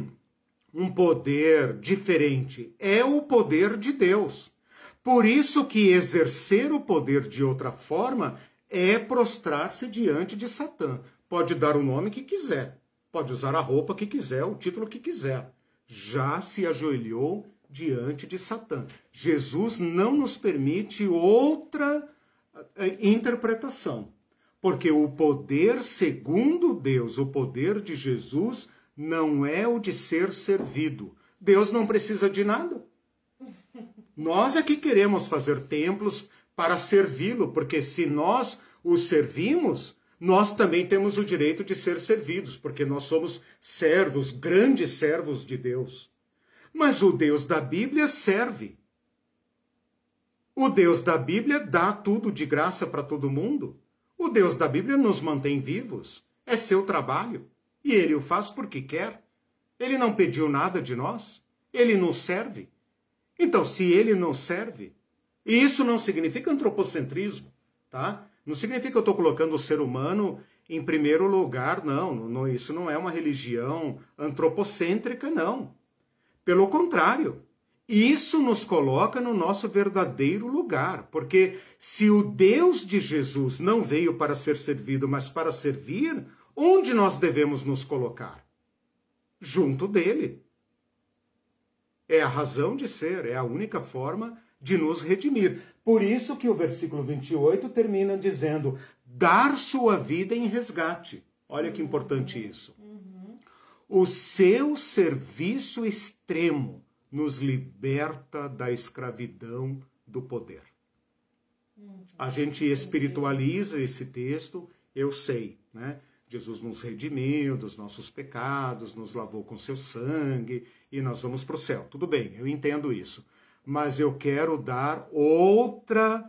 diferente, é o poder de Deus. Por isso que exercer o poder de outra forma é prostrar-se diante de Satã. Pode dar o nome que quiser, pode usar a roupa que quiser, o título que quiser. Já se ajoelhou diante de Satã. Jesus não nos permite outra interpretação, porque o poder segundo Deus, o poder de Jesus, não é o de ser servido. Deus não precisa de nada. Nós é que queremos fazer templos para servi-lo, porque se nós o servimos, nós também temos o direito de ser servidos, porque nós somos servos, grandes servos de Deus. Mas o Deus da Bíblia serve. O Deus da Bíblia dá tudo de graça para todo mundo. O Deus da Bíblia nos mantém vivos. É seu trabalho. E ele o faz porque quer. Ele não pediu nada de nós. Ele nos serve. Então, se ele nos serve, e isso não significa antropocentrismo, tá? Não significa que eu estou colocando o ser humano em primeiro lugar, não. Isso não é uma religião antropocêntrica, não. Pelo contrário, isso nos coloca no nosso verdadeiro lugar, porque se o Deus de Jesus não veio para ser servido, mas para servir, onde nós devemos nos colocar? Junto dele. É a razão de ser, é a única forma de nos redimir. Por isso que o versículo 28 termina dizendo, dar sua vida em resgate. Olha que importante isso. O seu serviço extremo nos liberta da escravidão do poder. A gente espiritualiza esse texto, eu sei, né? Jesus nos redimiu dos nossos pecados, nos lavou com seu sangue e nós vamos para o céu. Tudo bem, eu entendo isso. Mas eu quero dar outra...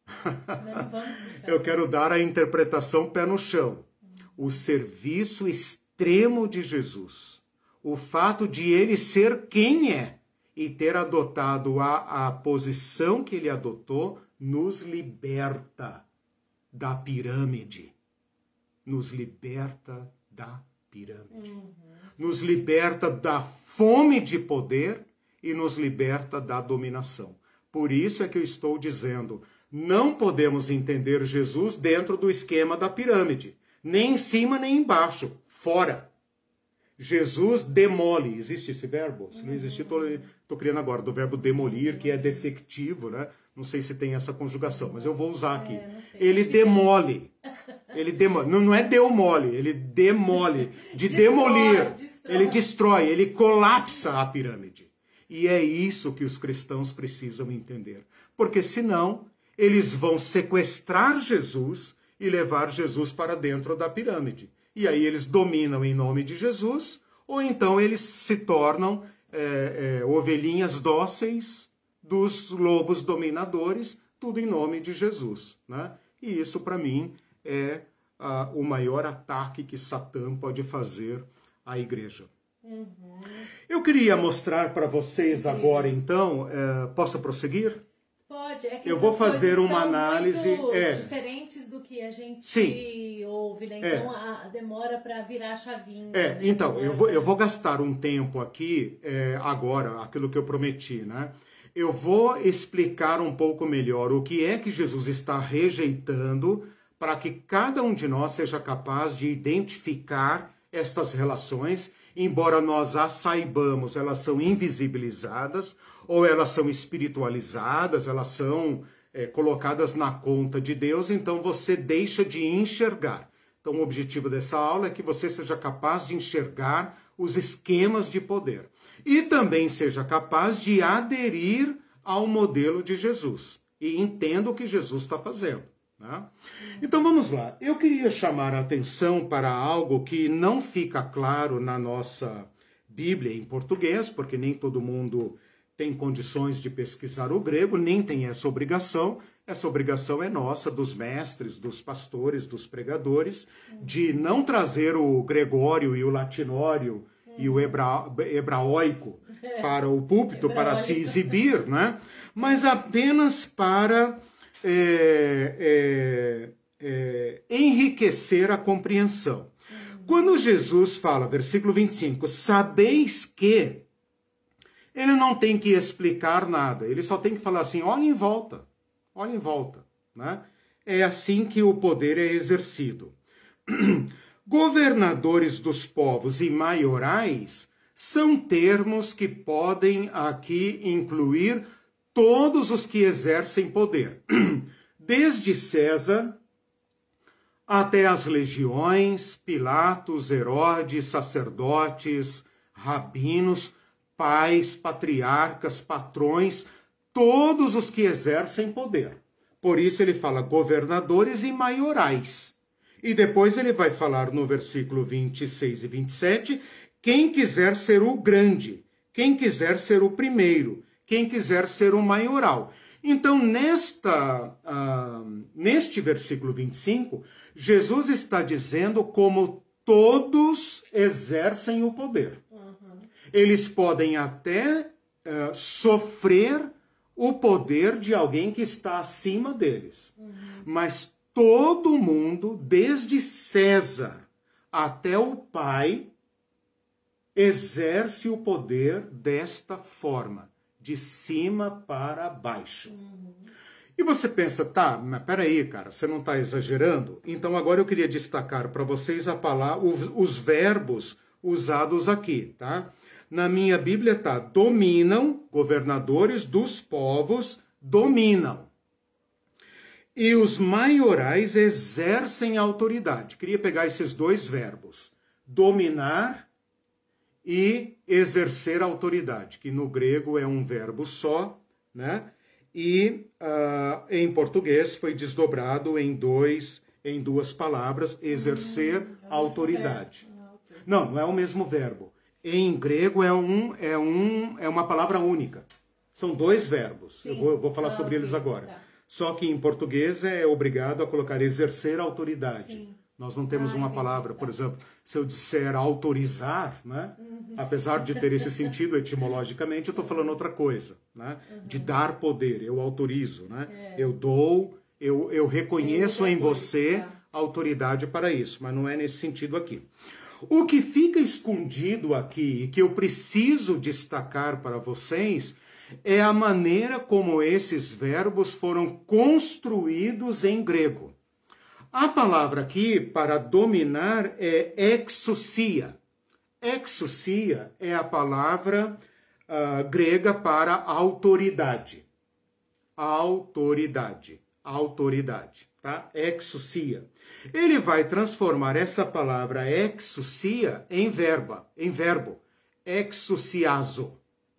eu quero dar a interpretação pé no chão. O serviço extremo de Jesus. O fato de ele ser quem é e ter adotado a posição que ele adotou nos liberta da pirâmide. Nos liberta da pirâmide. Nos liberta da fome de poder e nos liberta da dominação. Por isso é que eu estou dizendo, não podemos entender Jesus dentro do esquema da pirâmide. Nem em cima, nem embaixo. Fora. Jesus demole. Existe esse verbo? Se não existir, estou criando agora, do verbo demolir, que é defectivo, né? Não sei se tem essa conjugação, mas eu vou usar aqui. Ele demole. Ele demole. Não é deu mole, ele demole. De demolir. Ele destrói, ele colapsa a pirâmide. E é isso que os cristãos precisam entender. Porque senão, eles vão sequestrar Jesus e levar Jesus para dentro da pirâmide. E aí eles dominam em nome de Jesus, ou então eles se tornam ovelhinhas dóceis dos lobos dominadores, tudo em nome de Jesus, né? E isso, para mim, é o maior ataque que Satã pode fazer à igreja. Eu queria mostrar para vocês agora, então, posso prosseguir? Pode, é que eu vou fazer uma análise diferentes do que a gente ouve, né? Então demora para virar a chavinha. Né? Então, eu vou gastar um tempo aqui, agora, aquilo que eu prometi, né? Eu vou explicar um pouco melhor o que é que Jesus está rejeitando para que cada um de nós seja capaz de identificar estas relações, embora nós as saibamos, elas são invisibilizadas, ou elas são espiritualizadas, elas são colocadas na conta de Deus, então você deixa de enxergar. Então o objetivo dessa aula é que você seja capaz de enxergar os esquemas de poder. E também seja capaz de aderir ao modelo de Jesus. E entenda o que Jesus está fazendo. Né? Então vamos lá. Eu queria chamar a atenção para algo que não fica claro na nossa Bíblia em português, porque nem todo mundo tem condições de pesquisar o grego, nem tem essa obrigação. Essa obrigação é nossa, dos mestres, dos pastores, dos pregadores, de não trazer o gregório e o latinório e o hebraóico para o púlpito, para se exibir, né? Mas apenas para enriquecer a compreensão. Quando Jesus fala, versículo 25, sabeis que, ele não tem que explicar nada, ele só tem que falar assim, olha em volta, né? É assim que o poder é exercido. Governadores dos povos e maiorais são termos que podem aqui incluir todos os que exercem poder, desde César até as legiões, Pilatos, Herodes, sacerdotes, rabinos, pais, patriarcas, patrões, todos os que exercem poder. Por isso ele fala governadores e maiorais. E depois ele vai falar no versículo 26 e 27, quem quiser ser o grande, quem quiser ser o primeiro, quem quiser ser o maioral. Então, neste versículo 25, Jesus está dizendo como todos exercem o poder. Eles podem até sofrer o poder de alguém que está acima deles. Mas todo mundo, desde César até o Pai, exerce o poder desta forma, de cima para baixo. E você pensa, tá, mas peraí, cara, você não está exagerando? Então agora eu queria destacar para vocês os verbos usados aqui, tá? Na minha Bíblia tá, dominam, governadores dos povos dominam. E os maiorais exercem autoridade. Queria pegar esses dois verbos, dominar e exercer autoridade, que no grego é um verbo só, né? E em português foi desdobrado em duas palavras, exercer autoridade. Não é o mesmo verbo. Em grego é uma palavra única. São dois verbos. Sim. Eu vou falar sobre eles agora. Tá. Só que em português é obrigado a colocar exercer autoridade. Sim. Nós não temos uma palavra, por exemplo, se eu disser autorizar, né? Apesar de ter esse sentido etimologicamente, eu estou falando outra coisa, né? De dar poder, eu autorizo, né? Eu dou, eu reconheço em você autoridade para isso, mas não é nesse sentido aqui. O que fica escondido aqui e que eu preciso destacar para vocês é a maneira como esses verbos foram construídos em grego. A palavra aqui para dominar é exousia. Exousia é a palavra grega para autoridade. Autoridade, tá? Exousia. Ele vai transformar essa palavra exousia em verbo. Exousiazo.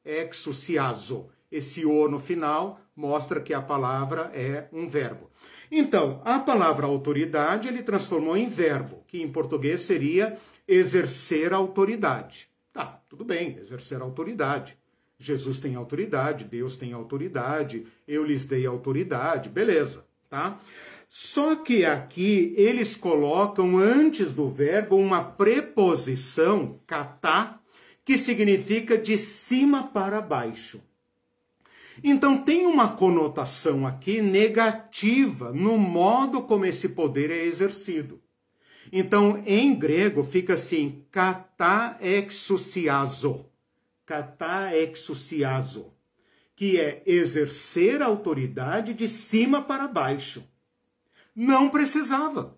Esse o no final mostra que a palavra é um verbo. Então, a palavra autoridade ele transformou em verbo, que em português seria exercer autoridade. Tá, tudo bem, exercer autoridade. Jesus tem autoridade, Deus tem autoridade, eu lhes dei autoridade, beleza, tá? Só que aqui eles colocam antes do verbo uma preposição, katá, que significa de cima para baixo. Então tem uma conotação aqui negativa no modo como esse poder é exercido. Então em grego fica assim, katá exousiazo, que é exercer a autoridade de cima para baixo. Não precisava.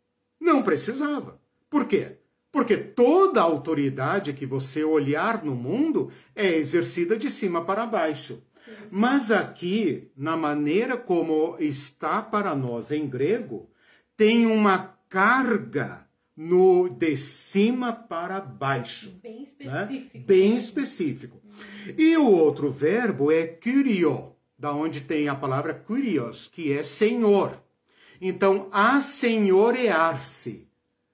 Por quê? Porque toda a autoridade que você olhar no mundo é exercida de cima para baixo. Mas aqui, na maneira como está para nós em grego, tem uma carga no de cima para baixo. Bem específico. Né? Bem específico. E o outro verbo é kyrio, da onde tem a palavra kyrios, que é senhor. Então, assenhorear-se.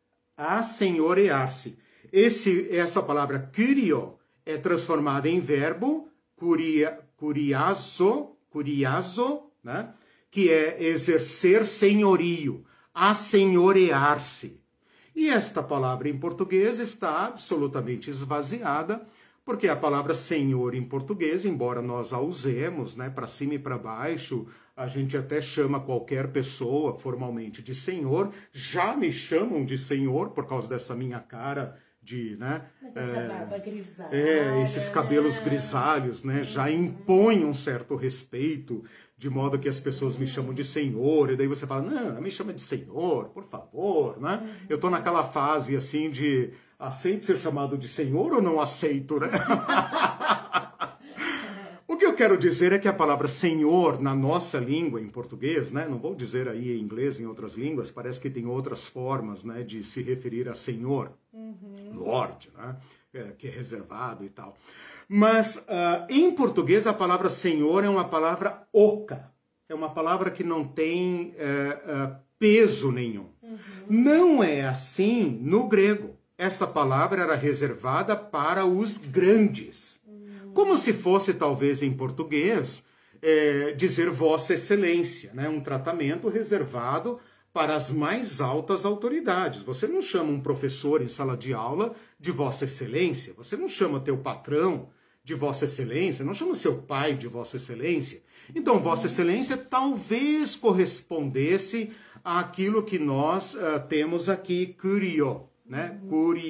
Essa palavra kyrio é transformada em verbo kuriazo, né? Que é exercer senhorio, assenhorear-se. E esta palavra em português está absolutamente esvaziada, porque a palavra senhor em português, embora nós a usemos, né, para cima e para baixo, a gente até chama qualquer pessoa formalmente de senhor, já me chamam de senhor por causa dessa minha cara de, né? Mas essa barba grisalha, esses cabelos grisalhos, né? Já impõem um certo respeito, de modo que as pessoas me chamam de senhor, e daí você fala, não, me chama de senhor, por favor, né? Eu tô naquela fase, assim, de aceito ser chamado de senhor ou não aceito, né? O que eu quero dizer é que a palavra senhor, na nossa língua, em português, né? Não vou dizer aí em inglês, em outras línguas, parece que tem outras formas, né? De se referir a senhor, lord, né? Que é reservado e tal. Mas, em português, a palavra senhor é uma palavra oca. É uma palavra que não tem peso nenhum. Não é assim no grego. Essa palavra era reservada para os grandes. Como se fosse, talvez, em português, dizer Vossa Excelência, né? Um tratamento reservado para as mais altas autoridades. Você não chama um professor em sala de aula de Vossa Excelência. Você não chama teu patrão de Vossa Excelência. Não chama seu pai de Vossa Excelência. Então, Vossa Excelência talvez correspondesse àquilo que nós temos aqui, curio, né?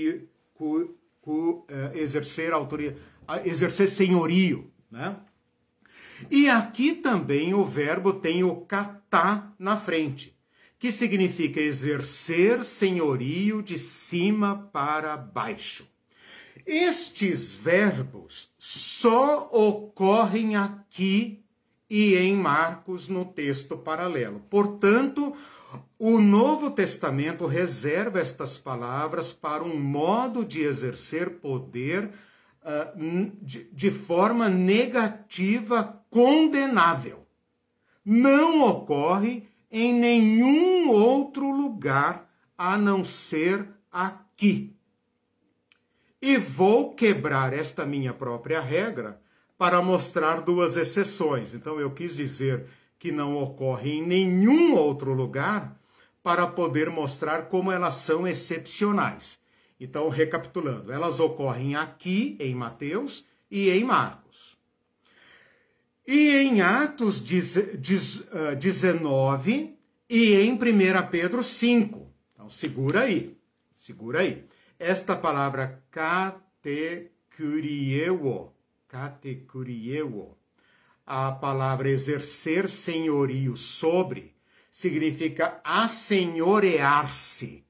Exercer autoridade, exercer senhorio, né? E aqui também o verbo tem o katá na frente, que significa exercer senhorio de cima para baixo. Estes verbos só ocorrem aqui e em Marcos no texto paralelo. Portanto, o Novo Testamento reserva estas palavras para um modo de exercer poder de forma negativa, condenável. Não ocorre em nenhum outro lugar a não ser aqui. E vou quebrar esta minha própria regra para mostrar duas exceções. Então, eu quis dizer que não ocorre em nenhum outro lugar para poder mostrar como elas são excepcionais. Então, recapitulando, elas ocorrem aqui em Mateus e em Marcos. E em Atos 19 e em 1 Pedro 5. Então, segura aí. Esta palavra katekurieo, a palavra exercer senhorio sobre, significa assenhorear-se,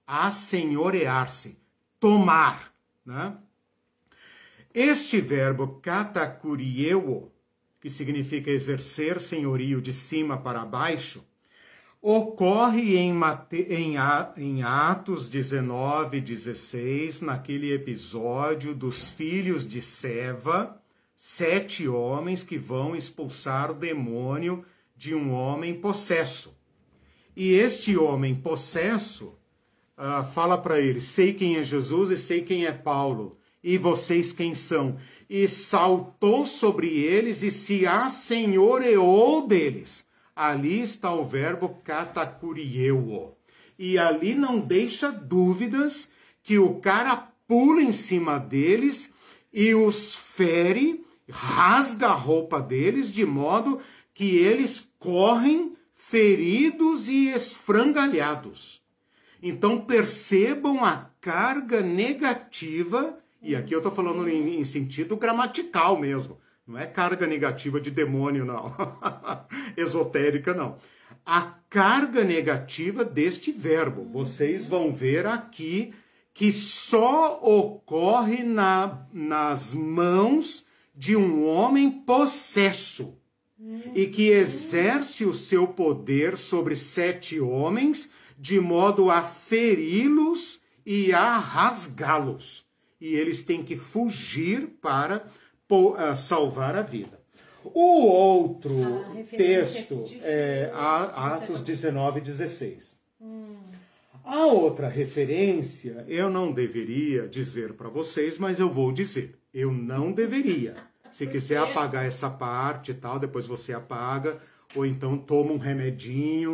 tomar, né? Este verbo katakurieo, que significa exercer senhorio de cima para baixo, ocorre em Atos 19, 16, naquele episódio dos filhos de Seva, 7 homens que vão expulsar o demônio de um homem possesso. E este homem possesso fala para eles, sei quem é Jesus e sei quem é Paulo, e vocês quem são? E saltou sobre eles e se assenhoreou deles. Ali está o verbo katakurieo. E ali não deixa dúvidas que o cara pula em cima deles e os fere, rasga a roupa deles, de modo que eles correm feridos e esfrangalhados. Então percebam a carga negativa, e aqui eu estou falando em sentido gramatical mesmo, não é carga negativa de demônio, não. Esotérica, não. A carga negativa deste verbo. Vocês vão ver aqui que só ocorre nas mãos de um homem possesso e que exerce o seu poder sobre 7 homens de modo a feri-los e a rasgá-los. E eles têm que fugir para salvar a vida. O outro texto é Atos 19, 16. A outra referência eu não deveria dizer para vocês, mas eu vou dizer. Eu não deveria. Se quiser apagar essa parte e tal, depois você apaga, ou então toma um remedinho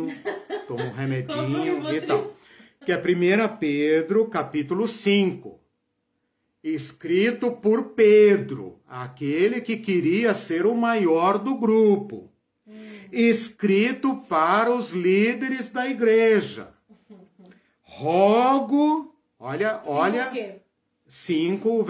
e tal. Que é 1 Pedro, capítulo 5. Escrito por Pedro, aquele que queria ser o maior do grupo. escrito para os líderes da igreja. Rogo, olha, 5,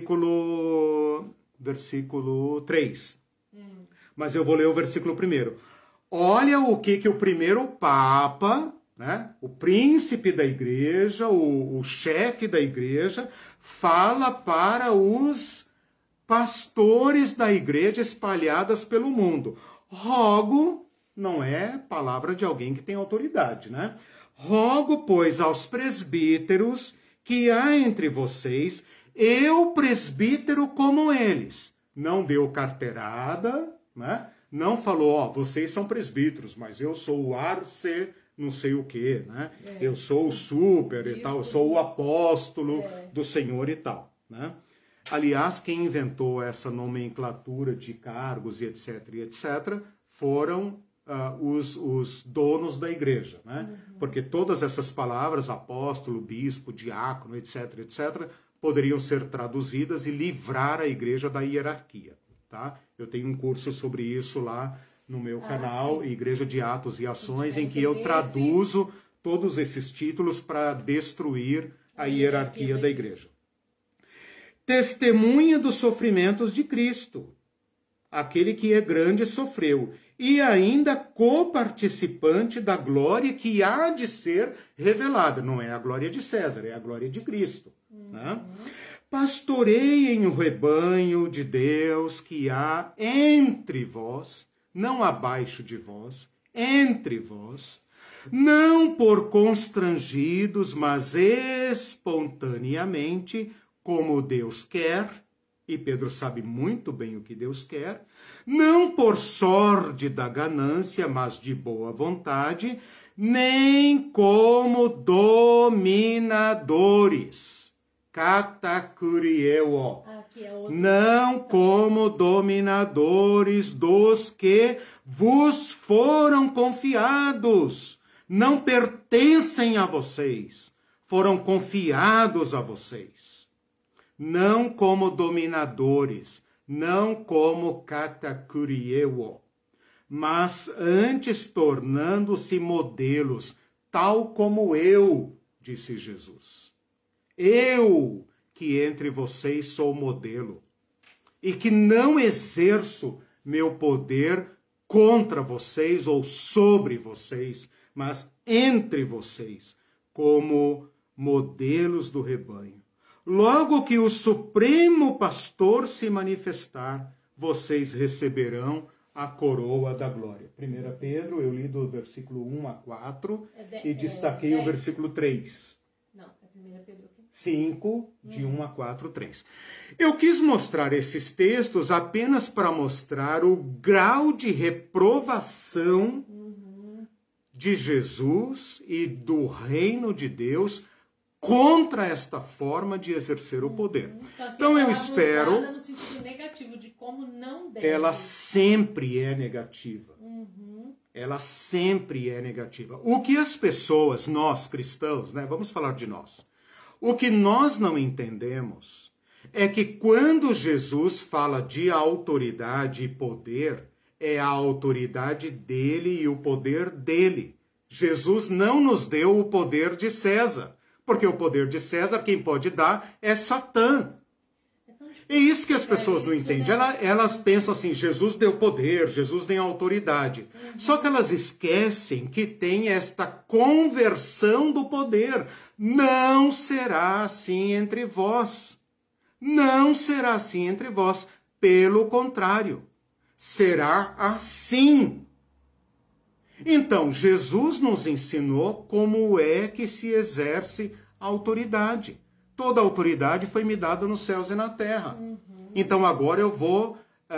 versículo 3. Mas eu vou ler o versículo 1. Olha o que o primeiro Papa, né, o príncipe da igreja, o chefe da igreja, fala para os pastores da igreja espalhadas pelo mundo. Rogo não é palavra de alguém que tem autoridade, né? Rogo, pois, aos presbíteros que há entre vocês, eu presbítero como eles. Não deu carteirada, né? Não falou, vocês são presbíteros, mas eu sou o arce não sei o quê, né? Eu sou o super e tal, eu sou o apóstolo do Senhor e tal, né? Aliás, quem inventou essa nomenclatura de cargos e etc, foram os donos da igreja, né? Porque todas essas palavras, apóstolo, bispo, diácono, etc, poderiam ser traduzidas e livrar a igreja da hierarquia, tá? Eu tenho um curso sobre isso lá no meu canal, Igreja de Atos e Ações, em que eu traduzo todos esses títulos para destruir a hierarquia da igreja. Testemunha dos sofrimentos de Cristo. Aquele que é grande sofreu. E ainda coparticipante da glória que há de ser revelada. Não é a glória de César, é a glória de Cristo. Né? Pastoreiem o rebanho de Deus que há entre vós, não abaixo de vós, entre vós, não por constrangidos, mas espontaneamente, como Deus quer, e Pedro sabe muito bem o que Deus quer, não por sorte da ganância, mas de boa vontade, nem como dominadores. Katakurieo. Não como dominadores dos que vos foram confiados. Não pertencem a vocês. Foram confiados a vocês. Não como dominadores. Não como katakurieo. Mas antes tornando-se modelos, tal como eu, disse Jesus. Eu, que entre vocês sou modelo, e que não exerço meu poder contra vocês ou sobre vocês, mas entre vocês, como modelos do rebanho. Logo que o Supremo Pastor se manifestar, vocês receberão a coroa da glória. 1 Pedro, eu li do versículo 1 a 4 e destaquei o versículo 3. Não, é 1 Pedro. 5, de 1 a 4, 3. Eu quis mostrar esses textos apenas para mostrar o grau de reprovação de Jesus e do reino de Deus contra esta forma de exercer o poder. Então eu espero... no sentido negativo, de como não deve. Ela sempre é negativa. Ela sempre é negativa. O que as pessoas, nós cristãos, né? Vamos falar de nós. O que nós não entendemos é que quando Jesus fala de autoridade e poder, é a autoridade dele e o poder dele. Jesus não nos deu o poder de César, porque o poder de César quem pode dar é Satã. É isso que as pessoas não entendem. Elas pensam assim, Jesus deu poder, Jesus deu autoridade. Só que elas esquecem que tem esta conversão do poder. Não será assim entre vós. Não será assim entre vós. Pelo contrário, será assim. Então, Jesus nos ensinou como é que se exerce a autoridade. Toda a autoridade foi me dada nos céus e na terra. Então agora eu vou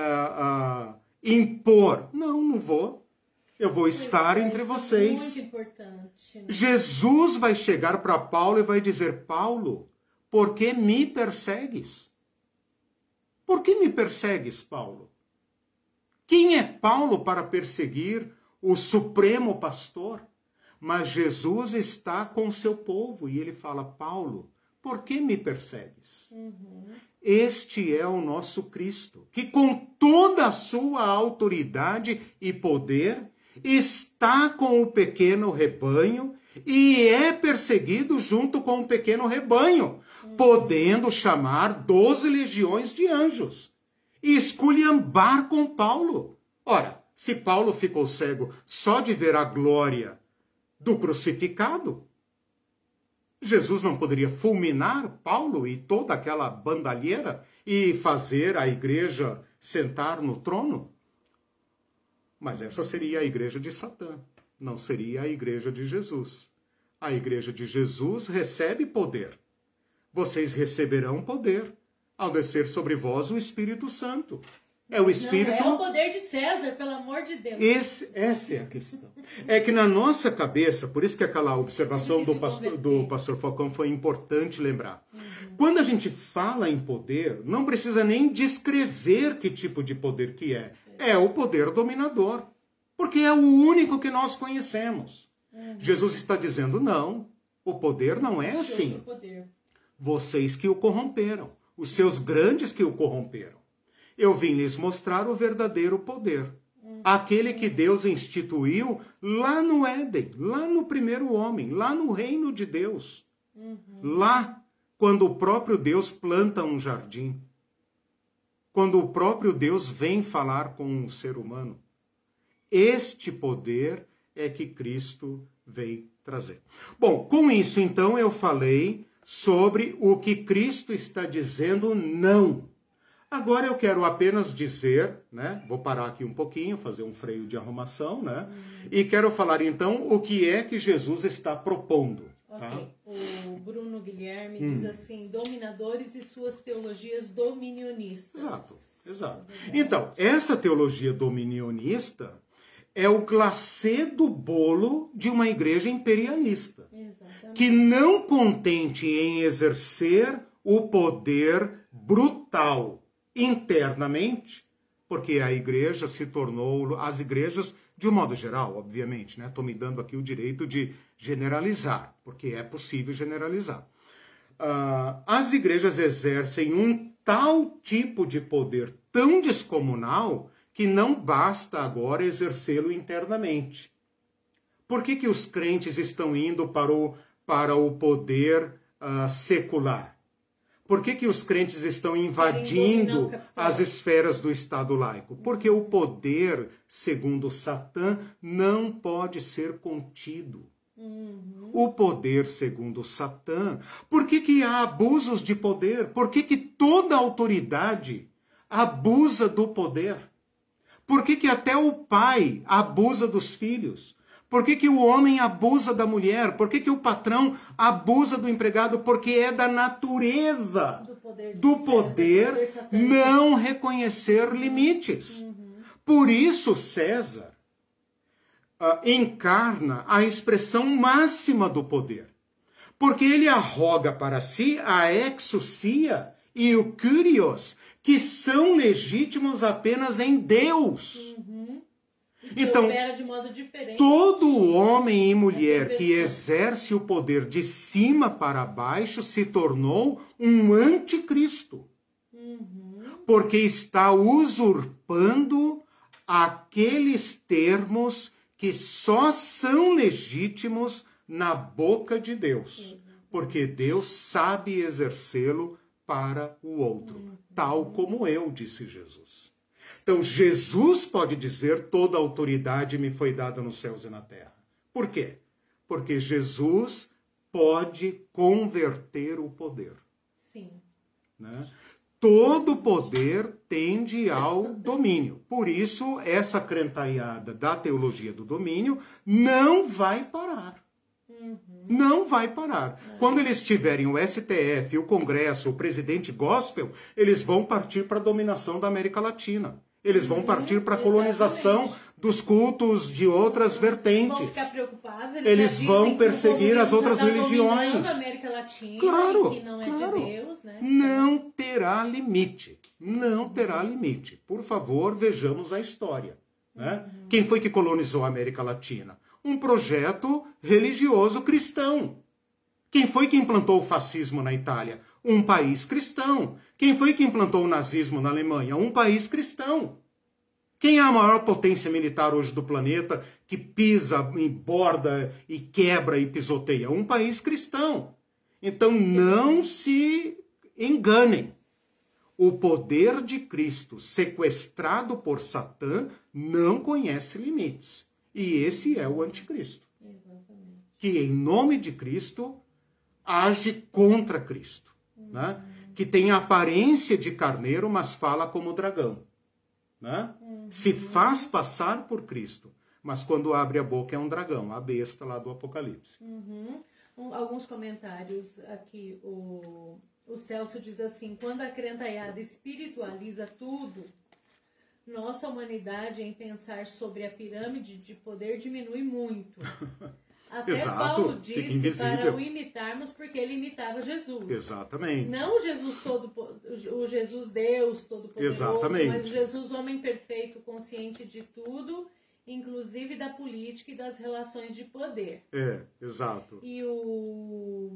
impor. Não vou. Eu vou estar entre vocês. Muito importante, né? Jesus vai chegar para Paulo e vai dizer, Paulo, por que me persegues? Por que me persegues, Paulo? Quem é Paulo para perseguir o Supremo Pastor? Mas Jesus está com o seu povo e ele fala, Paulo, por que me persegues? Este é o nosso Cristo, que com toda a sua autoridade e poder, está com o pequeno rebanho e é perseguido junto com o pequeno rebanho, podendo chamar 12 legiões de anjos e esculhambar com Paulo. Ora, se Paulo ficou cego só de ver a glória do crucificado, Jesus não poderia fulminar Paulo e toda aquela bandalheira e fazer a igreja sentar no trono? Mas essa seria a igreja de Satã, não seria a igreja de Jesus. A igreja de Jesus recebe poder. Vocês receberão poder ao descer sobre vós o Espírito Santo. É o Espírito... Não, é o poder de César, pelo amor de Deus. Essa é a questão. É que na nossa cabeça, por isso que aquela observação do pastor Falcão foi importante lembrar. Quando a gente fala em poder, não precisa nem descrever que tipo de poder que é. É o poder dominador. Porque é o único que nós conhecemos. Jesus está dizendo, não, o poder não é assim. Vocês que o corromperam. Os seus grandes que o corromperam. Eu vim lhes mostrar o verdadeiro poder. Aquele que Deus instituiu lá no Éden, lá no primeiro homem, lá no reino de Deus. Lá, quando o próprio Deus planta um jardim. Quando o próprio Deus vem falar com um ser humano. Este poder é que Cristo veio trazer. Bom, com isso, então, eu falei sobre o que Cristo está dizendo não. Agora eu quero apenas dizer, né? Vou parar aqui um pouquinho, fazer um freio de arrumação, né? E quero falar então o que é que Jesus está propondo. Tá? Ok. O Bruno Guilherme diz assim, dominadores e suas teologias dominionistas. Exato. Então, essa teologia dominionista é o glacê do bolo de uma igreja imperialista. Exatamente. Que não contente em exercer o poder brutal internamente, porque a igreja se tornou, as igrejas, de um modo geral, obviamente, né? Estou me dando aqui o direito de generalizar, porque é possível generalizar. As igrejas exercem um tal tipo de poder tão descomunal que não basta agora exercê-lo internamente. Por que os crentes estão indo para o poder secular? Por que os crentes estão invadindo as esferas do Estado laico? Porque o poder, segundo Satã, não pode ser contido. O poder, segundo Satã. Por que há abusos de poder? Por que toda autoridade abusa do poder? Por que até o pai abusa dos filhos? Por que o homem abusa da mulher? Por que o patrão abusa do empregado? Porque é da natureza do poder não reconhecer limites. Por isso César encarna a expressão máxima do poder. Porque ele arroga para si a exousia e o Kyrios, que são legítimos apenas em Deus. Então, de modo diferente. Todo homem e mulher que exerce o poder de cima para baixo se tornou um anticristo. Porque está usurpando aqueles termos que só são legítimos na boca de Deus. Porque Deus sabe exercê-lo para o outro. Tal como eu, disse Jesus. Então, Jesus pode dizer, toda autoridade me foi dada nos céus e na terra. Por quê? Porque Jesus pode converter o poder. Sim. Né? Todo poder tende ao domínio. Por isso, essa crentalhada da teologia do domínio não vai parar. Não vai parar. Quando eles tiverem o STF, o Congresso, o presidente gospel, eles vão partir para a dominação da América Latina. Eles vão partir para a colonização dos cultos de outras vertentes. Vão ficar preocupados. Eles vão perseguir as outras religiões. A América Latina, claro, que não é de Deus, né? Não terá limite. Não terá limite. Por favor, vejamos a história. Né? Quem foi que colonizou a América Latina? Um projeto religioso cristão. Quem foi que implantou o fascismo na Itália? Um país cristão. Quem foi que implantou o nazismo na Alemanha? Um país cristão. Quem é a maior potência militar hoje do planeta que pisa, borda e quebra e pisoteia? Um país cristão. Então não se enganem. O poder de Cristo, sequestrado por Satã, não conhece limites. E esse é o anticristo. Exatamente. Que em nome de Cristo age contra Cristo. Né? Que tem a aparência de carneiro, mas fala como dragão. Né? Se faz passar por Cristo, mas quando abre a boca é um dragão, a besta lá do Apocalipse. Alguns comentários aqui, o Celso diz assim: quando a crentaiada espiritualiza tudo, nossa humanidade em pensar sobre a pirâmide de poder diminui muito. Até Exato, Paulo disse para o imitarmos, porque ele imitava Jesus. Exatamente. Não o Jesus Deus Todo-Poderoso, Exatamente. mas o Jesus homem perfeito, consciente de tudo, inclusive da política e das relações de poder. Exato. E o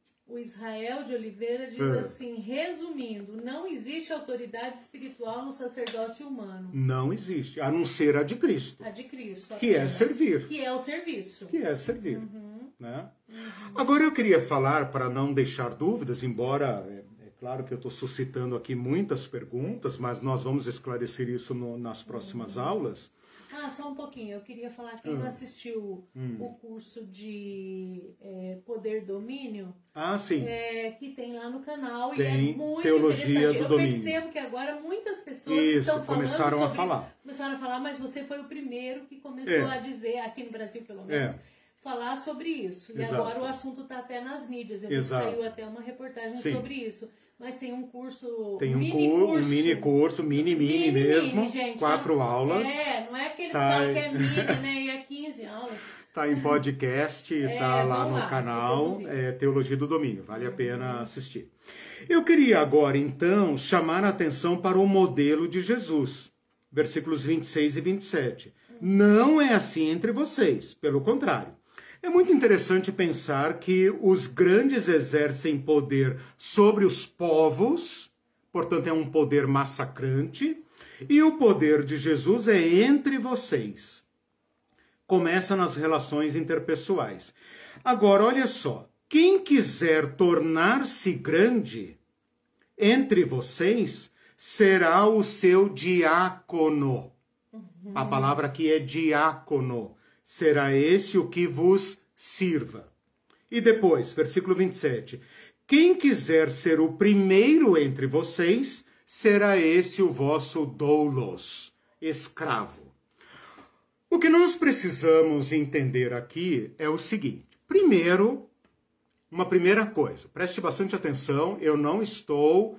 Israel de Oliveira diz assim, resumindo, não existe autoridade espiritual no sacerdócio humano. Não existe, a não ser a de Cristo. A de Cristo. Que é servir. Que é o serviço. Que é servir. Né? Agora eu queria falar, para não deixar dúvidas, embora é claro que eu estou suscitando aqui muitas perguntas, mas nós vamos esclarecer isso nas próximas aulas. Só um pouquinho. Eu queria falar, quem não assistiu o curso de Poder Domínio, sim. Que tem lá no canal, tem, e é muito Teologia interessante. do Eu Domínio. percebo que agora muitas pessoas estão falando começaram a sobre falar. isso. Começaram a falar, mas você foi o primeiro que começou a dizer, aqui no Brasil pelo menos, falar sobre isso. E agora o assunto está até nas mídias. Saiu até uma reportagem sobre isso. Mas tem um curso, mini curso, mini mesmo, gente, 4 aulas. Não é que eles falam que é mini, né? E é 15 aulas. Tá em podcast, tá lá no canal, Teologia do Domínio, vale a pena assistir. Eu queria agora, então, chamar a atenção para o modelo de Jesus, versículos 26 e 27. Não é assim entre vocês, pelo contrário. É muito interessante pensar que os grandes exercem poder sobre os povos, portanto é um poder massacrante, e o poder de Jesus é entre vocês. Começa nas relações interpessoais. Agora, olha só, quem quiser tornar-se grande entre vocês será o seu diácono. A palavra aqui é diácono. Será esse o que vos sirva. E depois, versículo 27. Quem quiser ser o primeiro entre vocês, será esse o vosso doulos, escravo. O que nós precisamos entender aqui é o seguinte. Primeiro, uma primeira coisa, preste bastante atenção, eu não estou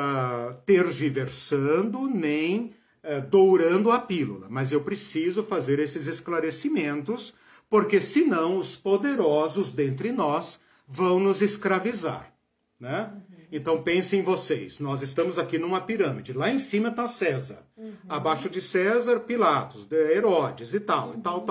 tergiversando nem dourando a pílula, mas eu preciso fazer esses esclarecimentos, porque senão os poderosos dentre nós vão nos escravizar, né? Então pensem vocês, nós estamos aqui numa pirâmide, lá em cima está César, abaixo de César, Pilatos, Herodes e tal,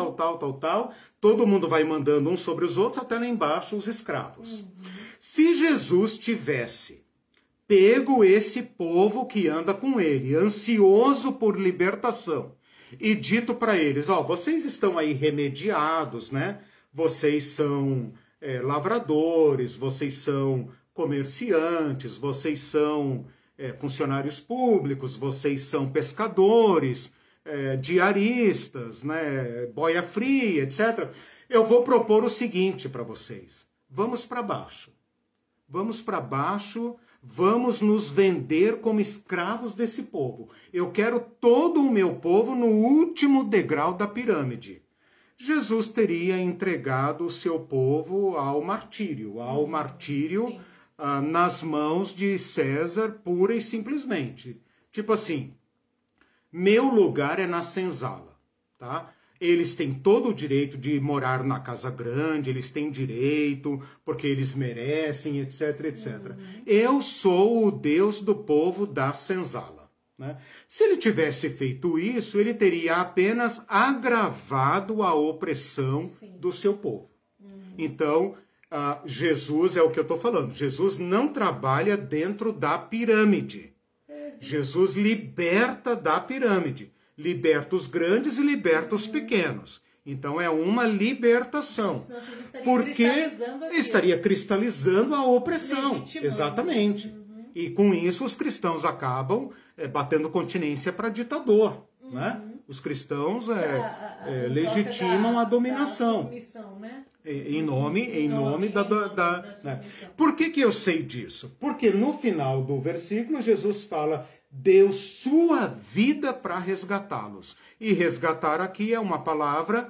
todo mundo vai mandando uns sobre os outros, até lá embaixo os escravos. Se Jesus tivesse pego esse povo que anda com ele, ansioso por libertação, e dito para eles, vocês estão aí remediados, né? Vocês são lavradores, vocês são comerciantes, vocês são funcionários públicos, vocês são pescadores, diaristas, né? Boia fria, etc. Eu vou propor o seguinte para vocês, vamos para baixo. Vamos para baixo, vamos nos vender como escravos desse povo. Eu quero todo o meu povo no último degrau da pirâmide. Jesus teria entregado o seu povo ao martírio nas mãos de César, pura e simplesmente. Tipo assim, meu lugar é na senzala, tá? Eles têm todo o direito de morar na casa grande, eles têm direito, porque eles merecem, etc, etc. Eu sou o Deus do povo da senzala, né? Se ele tivesse feito isso, ele teria apenas agravado a opressão do seu povo. Então, Jesus é o que eu estou falando. Jesus não trabalha dentro da pirâmide. Jesus liberta da pirâmide. liberta os grandes e liberta os pequenos. Então é uma libertação. Porque estaria cristalizando a opressão. Exatamente. E com isso os cristãos acabam batendo continência para ditador. Né? Os cristãos legitimam a dominação. Submissão, né? Em nome da né? Por que eu sei disso? Porque no final do versículo Jesus fala: deu sua vida para resgatá-los. E resgatar aqui é uma palavra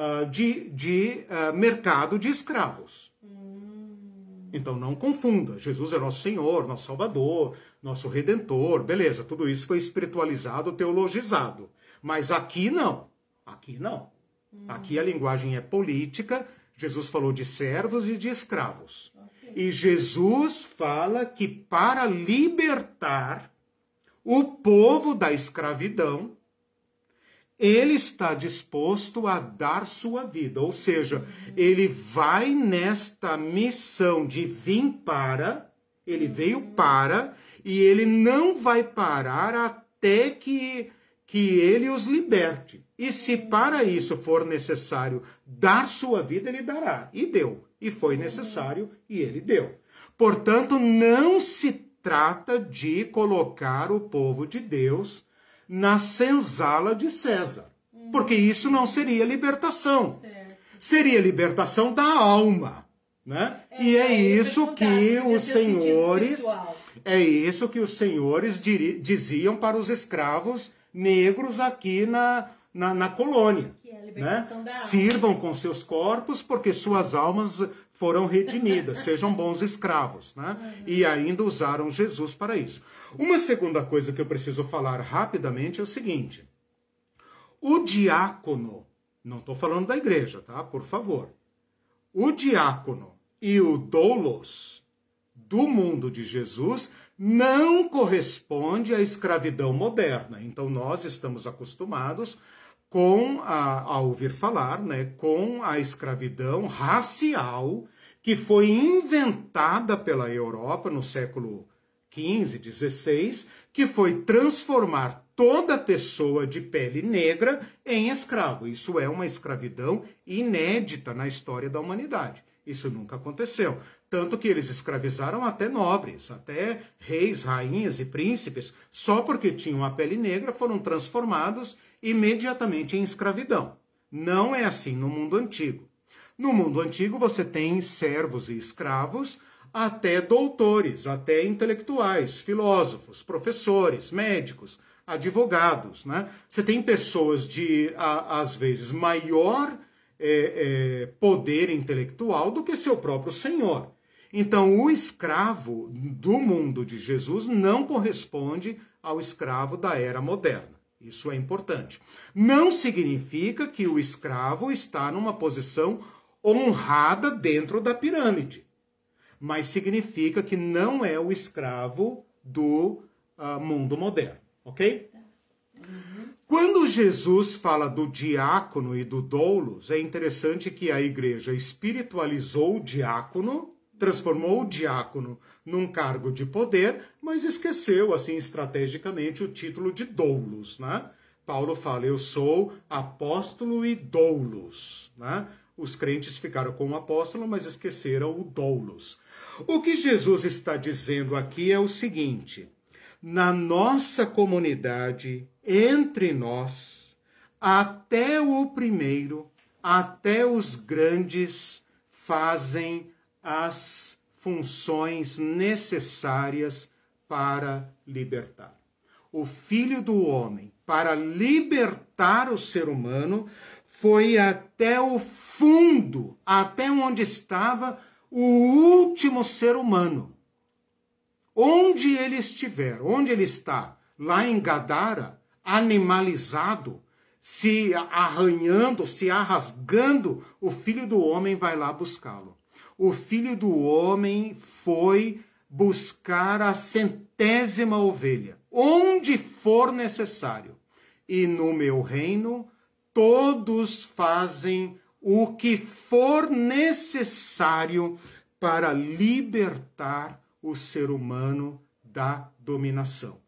de mercado de escravos. Então não confunda. Jesus é nosso Senhor, nosso Salvador, nosso Redentor. Beleza, tudo isso foi espiritualizado, teologizado. Mas aqui não. Aqui não. Aqui a linguagem é política. Jesus falou de servos e de escravos. Okay. E Jesus fala que para libertar o povo da escravidão, ele está disposto a dar sua vida. Ou seja, ele vai nesta missão de vir para, ele veio para, e ele não vai parar até que ele os liberte. E se para isso for necessário dar sua vida, ele dará. E deu. E foi necessário, e ele deu. Portanto, não se trata de colocar o povo de Deus na senzala de César. Porque isso não seria libertação. Seria libertação da alma. Né? E é isso que os senhores... É isso que os senhores diziam para os escravos negros aqui na colônia. Que é a libertação da alma. Sirvam com seus corpos, porque suas almas foram redimidas. Sejam bons escravos. Né? E ainda usaram Jesus para isso. Uma segunda coisa que eu preciso falar rapidamente é o seguinte. O diácono, não estou falando da igreja, tá? Por favor. O diácono e o doulos do mundo de Jesus não corresponde à escravidão moderna. Então, nós estamos acostumados a ouvir falar, né, com a escravidão racial que foi inventada pela Europa no século XV, XVI, que foi transformar toda pessoa de pele negra em escravo. Isso é uma escravidão inédita na história da humanidade. Isso nunca aconteceu. Tanto que eles escravizaram até nobres, até reis, rainhas e príncipes, só porque tinham a pele negra, foram transformados imediatamente em escravidão. Não é assim no mundo antigo. No mundo antigo você tem servos e escravos, até doutores, até intelectuais, filósofos, professores, médicos, advogados. Né? Você tem pessoas de, às vezes, maior poder intelectual do que seu próprio senhor. Então, o escravo do mundo de Jesus não corresponde ao escravo da era moderna. Isso é importante. Não significa que o escravo está numa posição honrada dentro da pirâmide. Mas significa que não é o escravo do mundo moderno, ok? Quando Jesus fala do diácono e do doulos, é interessante que a igreja espiritualizou o diácono, transformou o diácono num cargo de poder, mas esqueceu, assim, estrategicamente, o título de doulos, né? Paulo fala, eu sou apóstolo e doulos, né? Os crentes ficaram com o apóstolo, mas esqueceram o doulos. O que Jesus está dizendo aqui é o seguinte: na nossa comunidade, entre nós, até o primeiro, até os grandes fazem as funções necessárias para libertar. O Filho do Homem, para libertar o ser humano, foi até o fundo, até onde estava o último ser humano. Onde ele estiver, onde ele está, lá em Gadara, animalizado, se arranhando, se arrasgando, o Filho do Homem vai lá buscá-lo. O Filho do Homem foi buscar a 100ª ovelha, onde for necessário. E no meu reino, todos fazem o que for necessário para libertar o ser humano da dominação.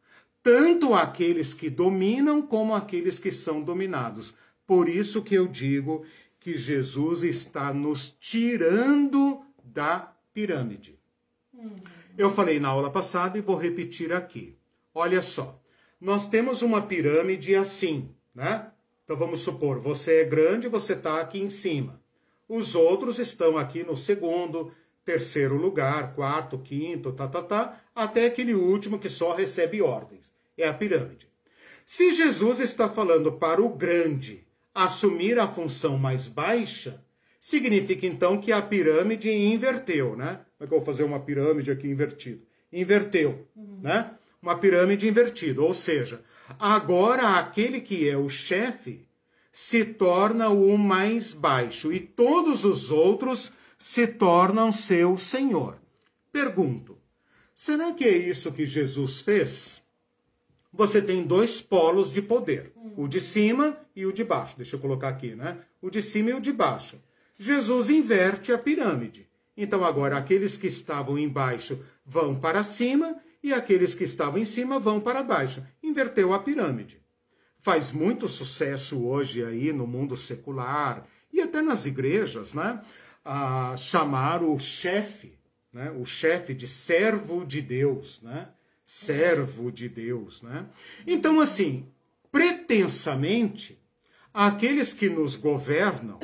tanto aqueles que dominam como aqueles que são dominados. Por isso que eu digo que Jesus está nos tirando da pirâmide. Eu falei na aula passada e vou repetir aqui. Olha só, nós temos uma pirâmide assim, né? Então vamos supor, você é grande, você está aqui em cima. Os outros estão aqui no segundo, terceiro lugar, quarto, quinto, até aquele último que só recebe ordens. É a pirâmide. Se Jesus está falando para o grande assumir a função mais baixa, significa então que a pirâmide inverteu, né? Como é que eu vou fazer uma pirâmide aqui invertida? Inverteu, né? Uma pirâmide invertida, ou seja, agora aquele que é o chefe se torna o mais baixo e todos os outros se tornam seu senhor. Pergunto, será que é isso que Jesus fez? Você tem dois polos de poder, o de cima e o de baixo. Deixa eu colocar aqui, né? O de cima e o de baixo. Jesus inverte a pirâmide. Então agora aqueles que estavam embaixo vão para cima e aqueles que estavam em cima vão para baixo. Inverteu a pirâmide. Faz muito sucesso hoje aí no mundo secular e até nas igrejas, né? Chamar o chefe, né? O chefe de servo de Deus, né? Servo de Deus, né? Então, assim, pretensamente, aqueles que nos governam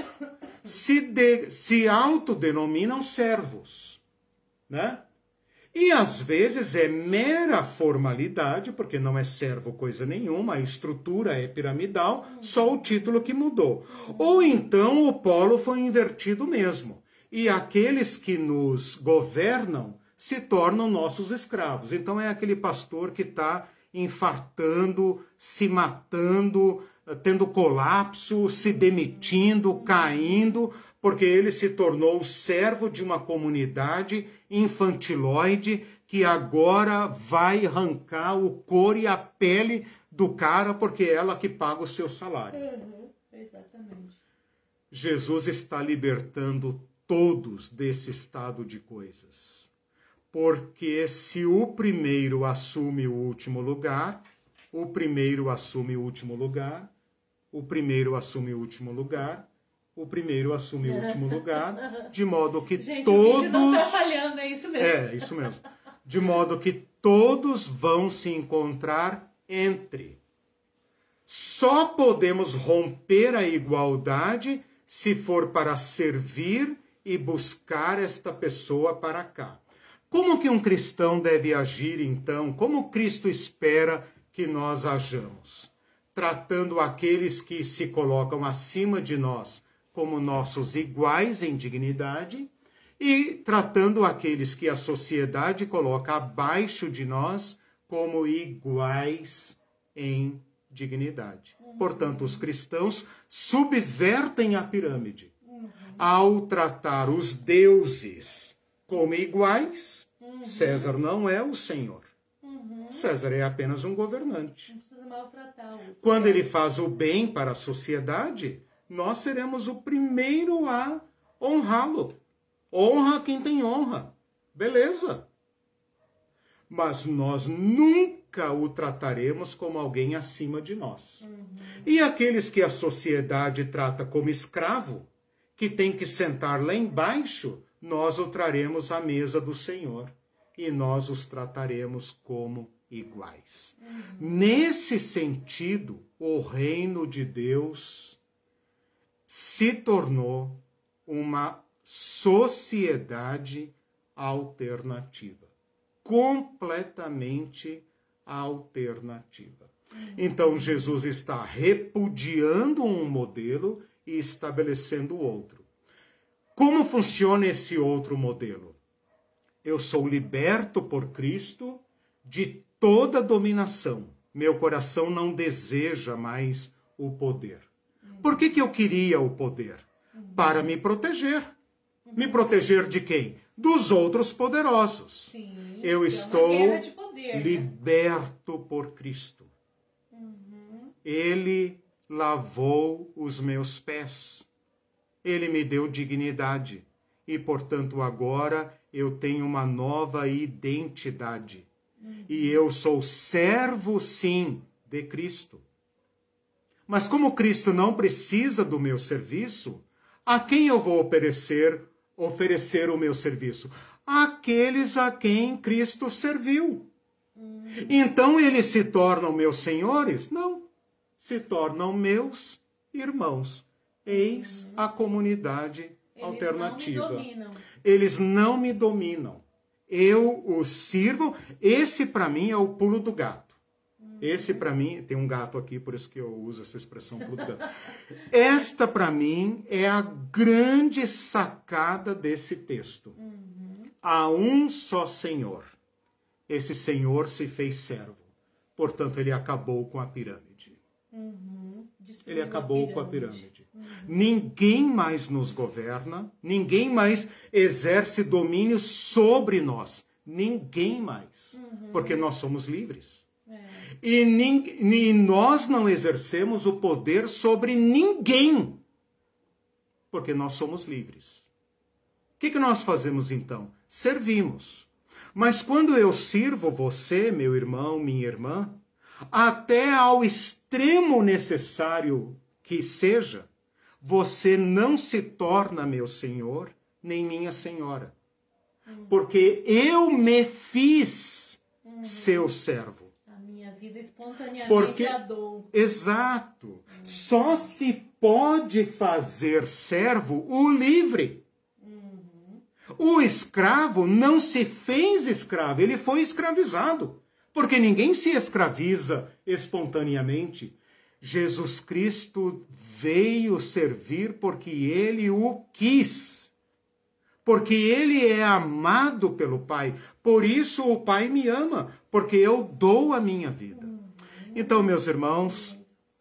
se autodenominam servos, né? E às vezes é mera formalidade, porque não é servo coisa nenhuma, a estrutura é piramidal, só o título que mudou. Ou então o polo foi invertido mesmo, e aqueles que nos governam se tornam nossos escravos. Então é aquele pastor que está infartando, se matando, tendo colapso, se demitindo, caindo, porque ele se tornou servo de uma comunidade infantiloide que agora vai arrancar o couro e a pele do cara porque é ela que paga o seu salário. Exatamente. Jesus está libertando todos desse estado de coisas. Porque se o primeiro assume o último lugar, o primeiro assume o último lugar, o primeiro assume o último lugar, o primeiro assume o último lugar, de modo que gente, todos... o vídeo não tá falhando, é isso mesmo. É, isso mesmo. De modo que todos vão se encontrar entre. Só podemos romper a igualdade se for para servir e buscar esta pessoa para cá. Como que um cristão deve agir, então? Como Cristo espera que nós ajamos? Tratando aqueles que se colocam acima de nós como nossos iguais em dignidade e tratando aqueles que a sociedade coloca abaixo de nós como iguais em dignidade. Portanto, os cristãos subvertem a pirâmide ao tratar os deuses como iguais. César não é o Senhor. César é apenas um governante. Não precisa maltratar os Quando ele faz o bem para a sociedade, nós seremos o primeiro a honrá-lo. Honra quem tem honra. Beleza. Mas nós nunca o trataremos como alguém acima de nós. E aqueles que a sociedade trata como escravo, que tem que sentar lá embaixo, nós o traremos à mesa do Senhor e nós os trataremos como iguais. Nesse sentido, o reino de Deus se tornou uma sociedade alternativa, completamente alternativa. Então, Jesus está repudiando um modelo e estabelecendo outro. Como funciona esse outro modelo? Eu sou liberto por Cristo de toda dominação. Meu coração não deseja mais o poder. Por que eu queria o poder? Para me proteger. Me proteger de quem? Dos outros poderosos. Sim, eu estou poder, liberto por Cristo. Ele lavou os meus pés. Ele me deu dignidade. E, portanto, agora eu tenho uma nova identidade. E eu sou servo, sim, de Cristo. Mas como Cristo não precisa do meu serviço, a quem eu vou oferecer o meu serviço? Àqueles a quem Cristo serviu. Então eles se tornam meus senhores? Não. Se tornam meus irmãos. Eis a comunidade alternativa. Não me dominam. Eles não me dominam. Eu os sirvo. Esse para mim é o pulo do gato. Esse para mim, tem um gato aqui, por isso que eu uso essa expressão pulo do gato. Esta para mim é a grande sacada desse texto. Há um só Senhor. Esse Senhor se fez servo. Portanto, ele acabou com a pirâmide. Ele acabou com a pirâmide. Ninguém mais nos governa, ninguém mais exerce domínio sobre nós. Ninguém mais. Porque nós somos livres. E nós não exercemos o poder sobre ninguém. Porque nós somos livres. O que nós fazemos então? Servimos. Mas quando eu sirvo você, meu irmão, minha irmã, até ao extremo necessário que seja, você não se torna meu senhor, nem minha senhora. Porque eu me fiz seu servo. A minha vida espontaneamente a dou. Exato. Só se pode fazer servo o livre. O escravo não se fez escravo, ele foi escravizado. Porque ninguém se escraviza espontaneamente. Jesus Cristo veio servir porque ele o quis. Porque ele é amado pelo Pai. Por isso o Pai me ama, porque eu dou a minha vida. Então, meus irmãos,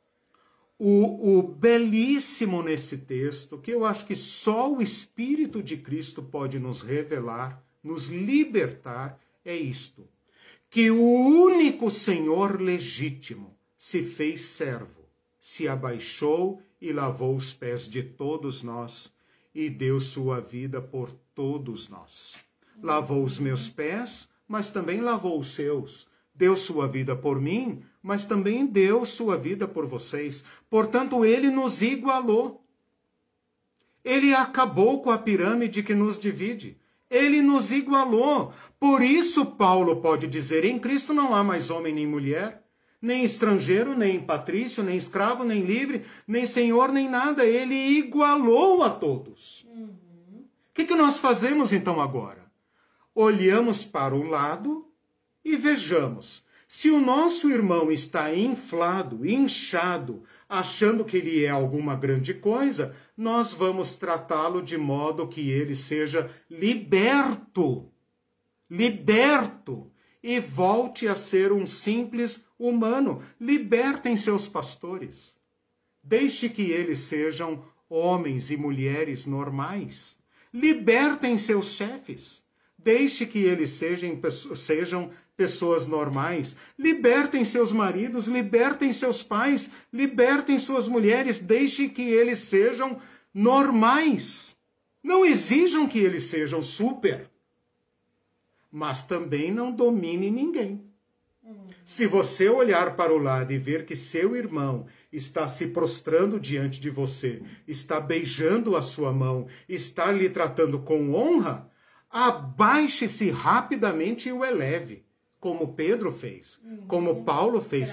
o belíssimo nesse texto, que eu acho que só o Espírito de Cristo pode nos revelar, nos libertar, é isto. Que o único Senhor legítimo se fez servo, se abaixou e lavou os pés de todos nós e deu sua vida por todos nós. Lavou os meus pés, mas também lavou os seus. Deu sua vida por mim, mas também deu sua vida por vocês. Portanto, ele nos igualou. Ele acabou com a pirâmide que nos divide. Ele nos igualou. Por isso, Paulo pode dizer, em Cristo não há mais homem nem mulher, nem estrangeiro, nem patrício, nem escravo, nem livre, nem senhor, nem nada. Ele igualou a todos. O que nós fazemos então agora? Olhamos para o lado e vejamos. Se o nosso irmão está inflado, inchado, achando que ele é alguma grande coisa, nós vamos tratá-lo de modo que ele seja liberto. Liberto. E volte a ser um simples humano. Libertem seus pastores. Deixe que eles sejam homens e mulheres normais. Libertem seus chefes. Deixe que eles sejam pessoas normais. Libertem seus maridos, libertem seus pais, libertem suas mulheres. Deixe que eles sejam normais. Não exijam que eles sejam super. Mas também não domine ninguém. Se você olhar para o lado e ver que seu irmão está se prostrando diante de você, está beijando a sua mão, está lhe tratando com honra, abaixe-se rapidamente e o eleve, como Pedro fez, como Paulo fez.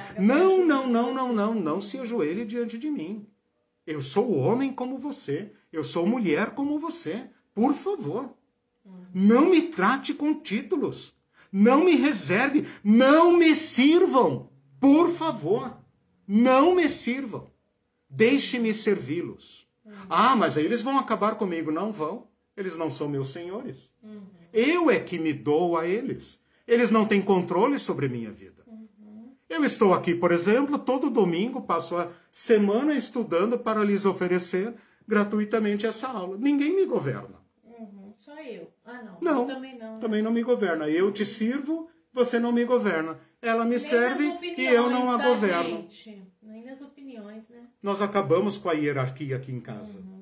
Não se ajoelhe diante de mim. Eu sou homem como você, eu sou mulher como você. Por favor, não me trate com títulos, não me reserve, não me sirvam, por favor, não me sirvam. Deixe-me servi-los. Ah, mas aí eles vão acabar comigo. Não vão. Eles não são meus senhores. Eu é que me dou a eles. Eles não têm controle sobre a minha vida. Eu estou aqui, por exemplo, todo domingo, passo a semana estudando para lhes oferecer gratuitamente essa aula. Ninguém me governa. Só eu. Ah, não. Não, Eu também não. Também não me governa. Eu te sirvo, você não me governa. Ela me serve e eu não a governo. Gente? Nem nas opiniões, né? Nós acabamos com a hierarquia aqui em casa.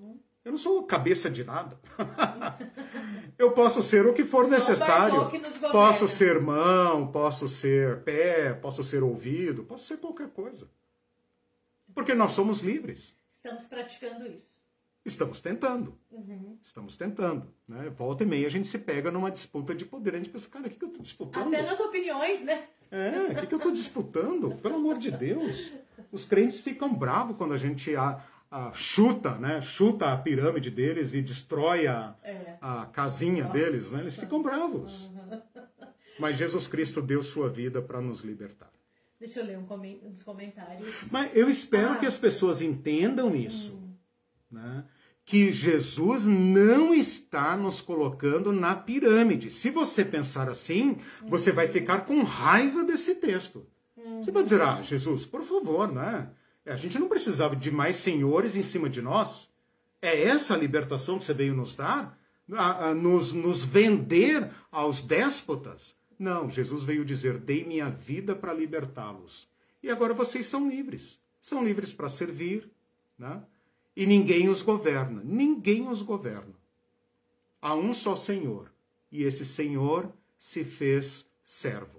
Eu não sou cabeça de nada. Eu posso ser o que for necessário. Posso ser mão, posso ser pé, posso ser ouvido, posso ser qualquer coisa. Porque nós somos livres. Estamos praticando isso. Estamos tentando. Estamos tentando. Né? Volta e meia a gente se pega numa disputa de poder. A gente pensa, cara, o que eu estou disputando? Até nas opiniões, né? O que eu estou disputando? Pelo amor de Deus. Os crentes ficam bravos quando a gente chuta, né? Chuta a pirâmide deles e destrói a casinha deles. Né? Eles ficam bravos. Mas Jesus Cristo deu sua vida para nos libertar. Deixa eu ler uns comentários. Mas eu espero que as pessoas entendam isso. Né? Que Jesus não está nos colocando na pirâmide. Se você pensar assim, você vai ficar com raiva desse texto. Você vai dizer, Jesus, por favor, né? A gente não precisava de mais senhores em cima de nós. É essa a libertação que você veio nos dar? Nos vender aos déspotas? Não, Jesus veio dizer, dei minha vida para libertá-los. E agora vocês são livres. São livres para servir, né? E ninguém os governa. Ninguém os governa. Há um só Senhor. E esse Senhor se fez servo.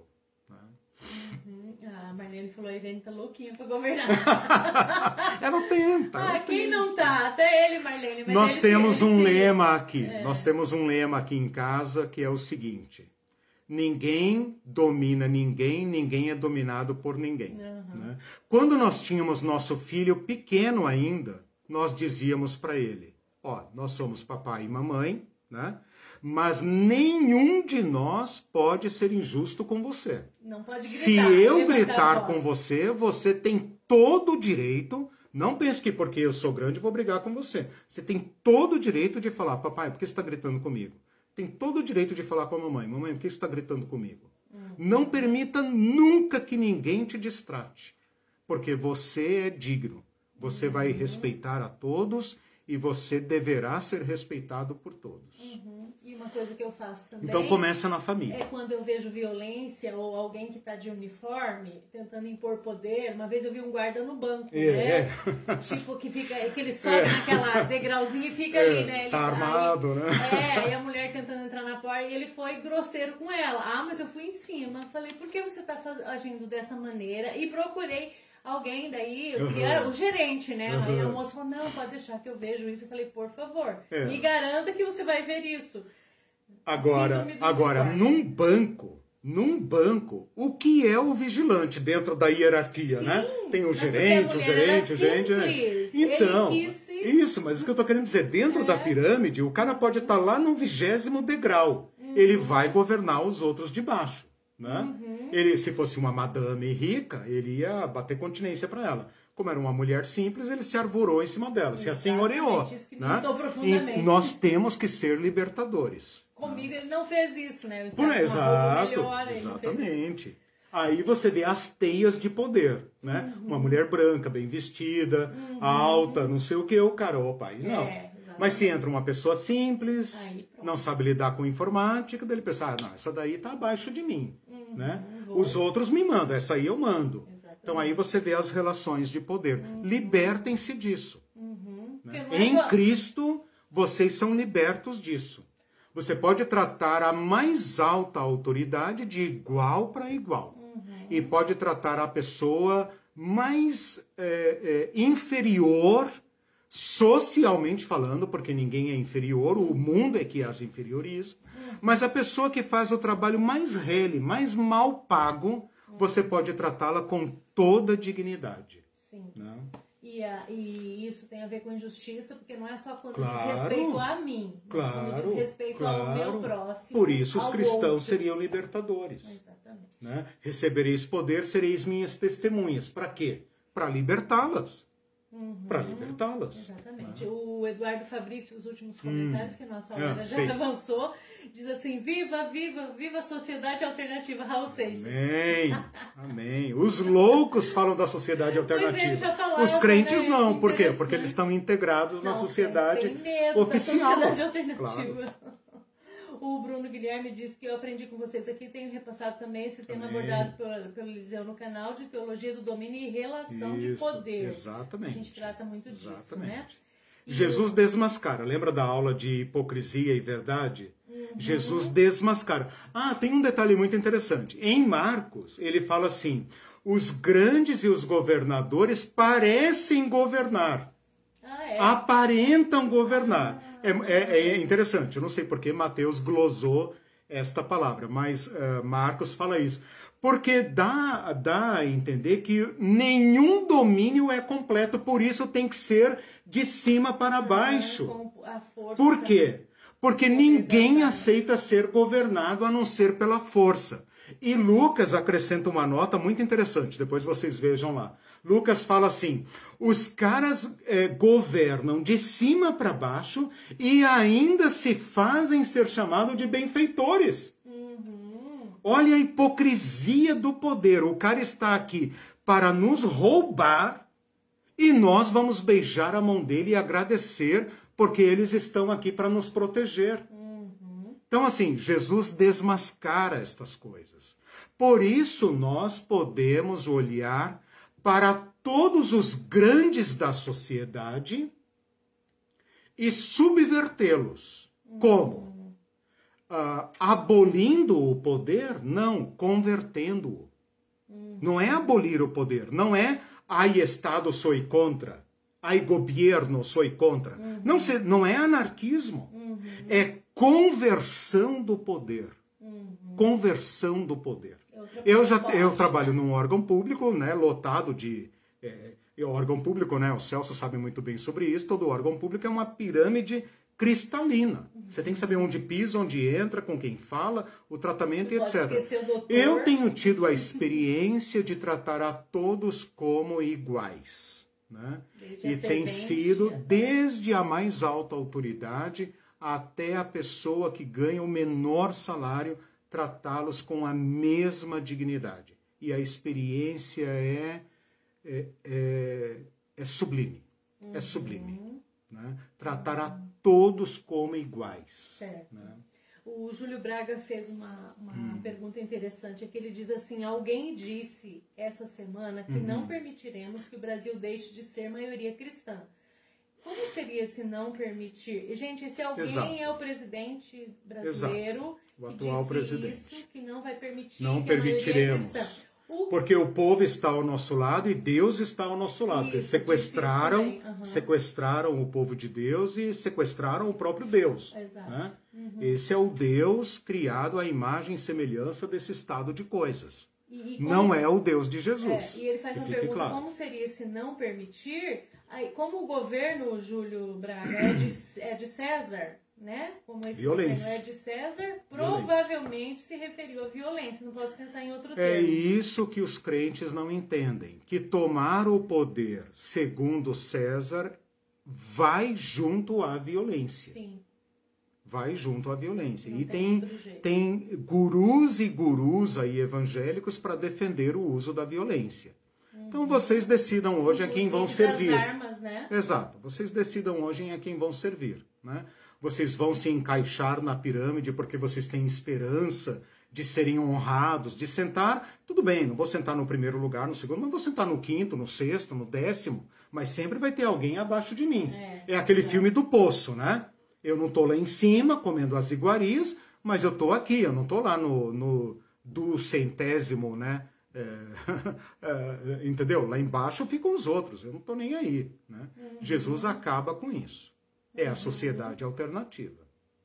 A Marlene falou, a Irene tá louquinha para governar. Ela tenta. Quem não tá? Até ele, Marlene. Mas nós temos um lema aqui. Nós temos um lema aqui em casa que é o seguinte. Ninguém domina ninguém, ninguém é dominado por ninguém. Né? Quando nós tínhamos nosso filho pequeno ainda, nós dizíamos para ele, nós somos papai e mamãe, né? Mas nenhum de nós pode ser injusto com você. Não pode gritar. Se eu gritar com você, você tem todo o direito, não pense que porque eu sou grande eu vou brigar com você. Você tem todo o direito de falar, papai, por que você está gritando comigo? Tem todo o direito de falar com a mamãe, mamãe, por que você está gritando comigo? Não permita nunca que ninguém te distrate, porque você é digno. Você vai respeitar a todos e você deverá ser respeitado por todos. E uma coisa que eu faço também... Então começa na família. É quando eu vejo violência ou alguém que está de uniforme tentando impor poder. Uma vez eu vi um guarda no banco, né? Tipo, que ele sobe naquela degrauzinho e fica ali, né? Ele tá armado, né? E a mulher tentando entrar na porta e ele foi grosseiro com ela. Mas eu fui em cima. Falei, por que você está agindo dessa maneira? E procurei... alguém daí, o gerente, né? Aí a moça falou, não, pode deixar que eu vejo isso. Eu falei, por favor, me garanta que você vai ver isso. Agora, num banco, o que é o vigilante dentro da hierarquia, né? Tem o gerente, o gerente. Então, isso, mas o que eu tô querendo dizer, dentro da pirâmide, o cara pode estar lá no 20º degrau. Ele vai governar os outros de baixo. Né? Ele, se fosse uma madame rica, ele ia bater continência para ela. Como era uma mulher simples, ele se arvorou em cima dela, se assenhoreou. Né? E nós temos que ser libertadores. Comigo ele não fez isso, né? Exatamente. Aí você vê as teias de poder, né? Uma mulher branca, bem vestida, alta, não sei o que, o cara, opa, aí não. Mas se entra uma pessoa simples, não sabe lidar com informática, daí ele pensa, não, essa daí está abaixo de mim. Né? Os outros me mandam, essa aí eu mando. Exatamente. Então aí você vê as relações de poder. Libertem-se disso. Né? Em Cristo, vocês são libertos disso. Você pode tratar a mais alta autoridade de igual para igual. E pode tratar a pessoa mais inferior, socialmente falando, porque ninguém é inferior, o mundo é que as inferioriza, mas a pessoa que faz o trabalho mais rele, mais mal pago, você pode tratá-la com toda dignidade. Sim. Né? E isso tem a ver com injustiça, porque não é só quando diz respeito a mim, mas quando diz respeito ao meu próximo. Por isso os cristãos seriam libertadores. Exatamente. Né? Recebereis poder, sereis minhas testemunhas. Para quê? Para libertá-las. Para libertá-las. Exatamente. O Eduardo Fabrício, os últimos comentários, que a nossa hora já avançou, diz assim, viva a sociedade alternativa, Raul Seixas. Amém. Os loucos falam da sociedade alternativa. Os crentes não. Por quê? Porque eles estão integrados na sociedade oficial. Da sociedade alternativa. Claro. O Bruno Guilherme disse que eu aprendi com vocês aqui, tenho repassado também esse tema abordado pelo Eliseu no canal de Teologia do Domínio e Relação de Poder. Exatamente. A gente trata muito disso, né? Jesus desmascara. Lembra da aula de hipocrisia e verdade? Jesus desmascara. Tem um detalhe muito interessante. Em Marcos, ele fala assim, os grandes e os governadores parecem governar. Aparentam governar. É interessante. Eu não sei por que Mateus glosou esta palavra, mas Marcos fala isso. Porque dá a entender que nenhum domínio é completo, por isso tem que ser de cima para baixo. Com a força. Por quê? Porque ninguém aceita ser governado a não ser pela força. E Lucas acrescenta uma nota muito interessante, depois vocês vejam lá. Lucas fala assim, os caras governam de cima para baixo e ainda se fazem ser chamados de benfeitores. Olha a hipocrisia do poder. O cara está aqui para nos roubar e nós vamos beijar a mão dele e agradecer porque eles estão aqui para nos proteger. Então, assim, Jesus desmascara estas coisas. Por isso, nós podemos olhar para todos os grandes da sociedade e subvertê-los. Como? Abolindo o poder? Não, convertendo-o. Não é abolir o poder, não é "ai Estado sou contra", "ai governo sou contra". Não é anarquismo, é conversão do poder. Conversão do poder. Eu trabalho num órgão público, né, lotado de... órgão público, né, o Celso sabe muito bem sobre isso, todo órgão público é uma pirâmide cristalina. Você tem que saber onde pisa, onde entra, com quem fala, o tratamento e etc. Eu tenho tido a experiência de tratar a todos como iguais. Né? E tem sido desde a mais alta autoridade até a pessoa que ganha o menor salário, tratá-los com a mesma dignidade. E a experiência é sublime. É sublime. Né? Tratar a todos como iguais. Certo. Né? O Júlio Braga fez uma pergunta interessante, é que ele diz assim, alguém disse essa semana que não permitiremos que o Brasil deixe de ser maioria cristã. Como seria se não permitir? E, gente, esse alguém é o presidente brasileiro o atual que disse presidente. Isso, que não vai permitir não que permitiremos. A maioria cristã... Porque o povo está ao nosso lado e Deus está ao nosso lado. Isso, sequestraram o povo de Deus e sequestraram o próprio Deus. Exato. Né? Esse é o Deus criado à imagem e semelhança desse estado de coisas. Não é o Deus de Jesus. E ele faz uma pergunta, claro. Como seria se não permitir? Aí, como o governo, Júlio Braga, é de César... Né? Como esse governo é de César, provavelmente se referiu à violência. Não posso pensar em outro termo. É isso que os crentes não entendem. Que tomar o poder segundo César vai junto à violência. Sim. Vai junto à violência. Não e tem gurus e gurus aí evangélicos para defender o uso da violência. Então vocês decidam hoje a quem vão servir. Das armas, né? Exato. Vocês decidam hoje a quem vão servir, né? Vocês vão se encaixar na pirâmide porque vocês têm esperança de serem honrados, de sentar, tudo bem, não vou sentar no primeiro lugar, no segundo, mas vou sentar no quinto, no sexto, no 10º, mas sempre vai ter alguém abaixo de mim. É aquele filme do Poço, né? Eu não tô lá em cima comendo as iguarias, mas eu tô aqui, eu não tô lá no 200º, né? Entendeu? Lá embaixo ficam os outros, eu não tô nem aí, né? Jesus acaba com isso. É a sociedade alternativa.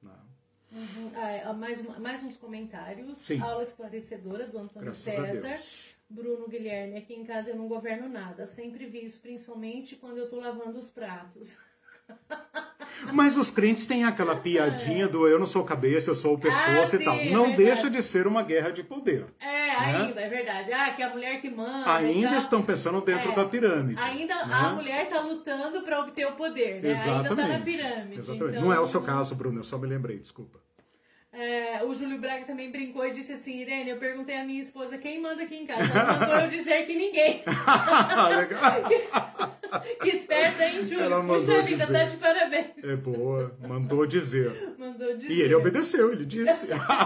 Mais uns comentários. Sim. Aula esclarecedora do Antônio Graças César. Bruno Guilherme, aqui em casa eu não governo nada. Sempre vi isso, principalmente quando eu tô lavando os pratos. Mas os crentes têm aquela piadinha do eu não sou cabeça, eu sou o pescoço e tal. Não deixa de ser uma guerra de poder. Ainda, é verdade. Que a mulher que manda. Ainda estão pensando dentro da pirâmide. Ainda a mulher está lutando para obter o poder, né? Exatamente. Ainda está na pirâmide. Exatamente. Então... Não é o seu caso, Bruno, eu só me lembrei, desculpa. O Júlio Braga também brincou e disse assim, Irene, eu perguntei à minha esposa quem manda aqui em casa. Ela mandou eu dizer que ninguém. Legal. Que esperta, hein, Júlio? Ela mandou Puxa vida, dizer. tá de parabéns. É boa, mandou dizer. Mandou dizer. E ele obedeceu, ele disse.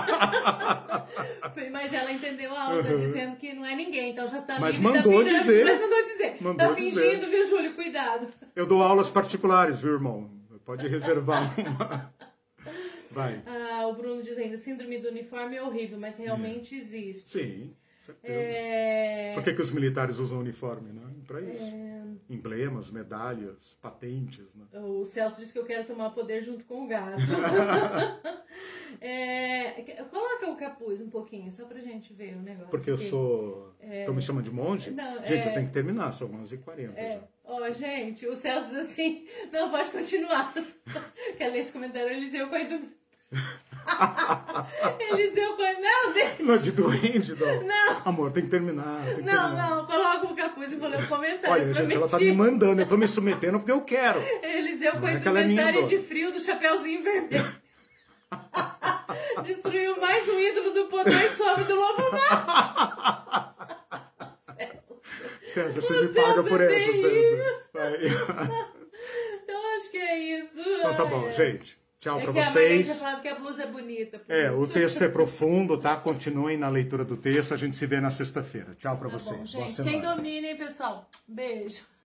Mas ela entendeu a aula, dizendo que não é ninguém, então já tá... Mas mandou dizer. Mas mandou dizer. Mandou tá fingindo, viu, Júlio? Cuidado. Eu dou aulas particulares, viu, irmão? Pode reservar uma. Vai. O Bruno dizendo, síndrome do uniforme é horrível, mas realmente existe. Sim, certeza. Por que os militares usam uniforme, né? Para isso. Emblemas, medalhas, patentes, né? O Celso disse que eu quero tomar poder junto com o gato. Coloca o capuz um pouquinho, só pra gente ver o negócio. Porque eu sou... Estão me chamando de monge? Não, gente, eu tenho que terminar, são 11h40 já. Gente, o Celso diz assim, não, pode continuar. Quer ler esse comentário? Eliseu Coelho do... Eliseu Coelho, não, deixa. Não, de doente, não. Não. Amor, tem que terminar. Não, coloca o capuz e vou ler o comentário. Olha, gente, ela tá me mandando, eu tô me submetendo porque eu quero. Eliseu Coelho do comentário de frio do Chapeuzinho Vermelho. Destruiu mais um ídolo do poder e sobe do lobo mau. César, você me paga por essa, César. Vai. Então acho que é isso. Então tá bom, gente. Tchau pra vocês. A Maria tinha falado que a blusa é bonita. O texto é profundo, tá? Continuem na leitura do texto. A gente se vê na sexta-feira. Tchau pra vocês. Bom, gente, sem domínio, hein, pessoal? Beijo.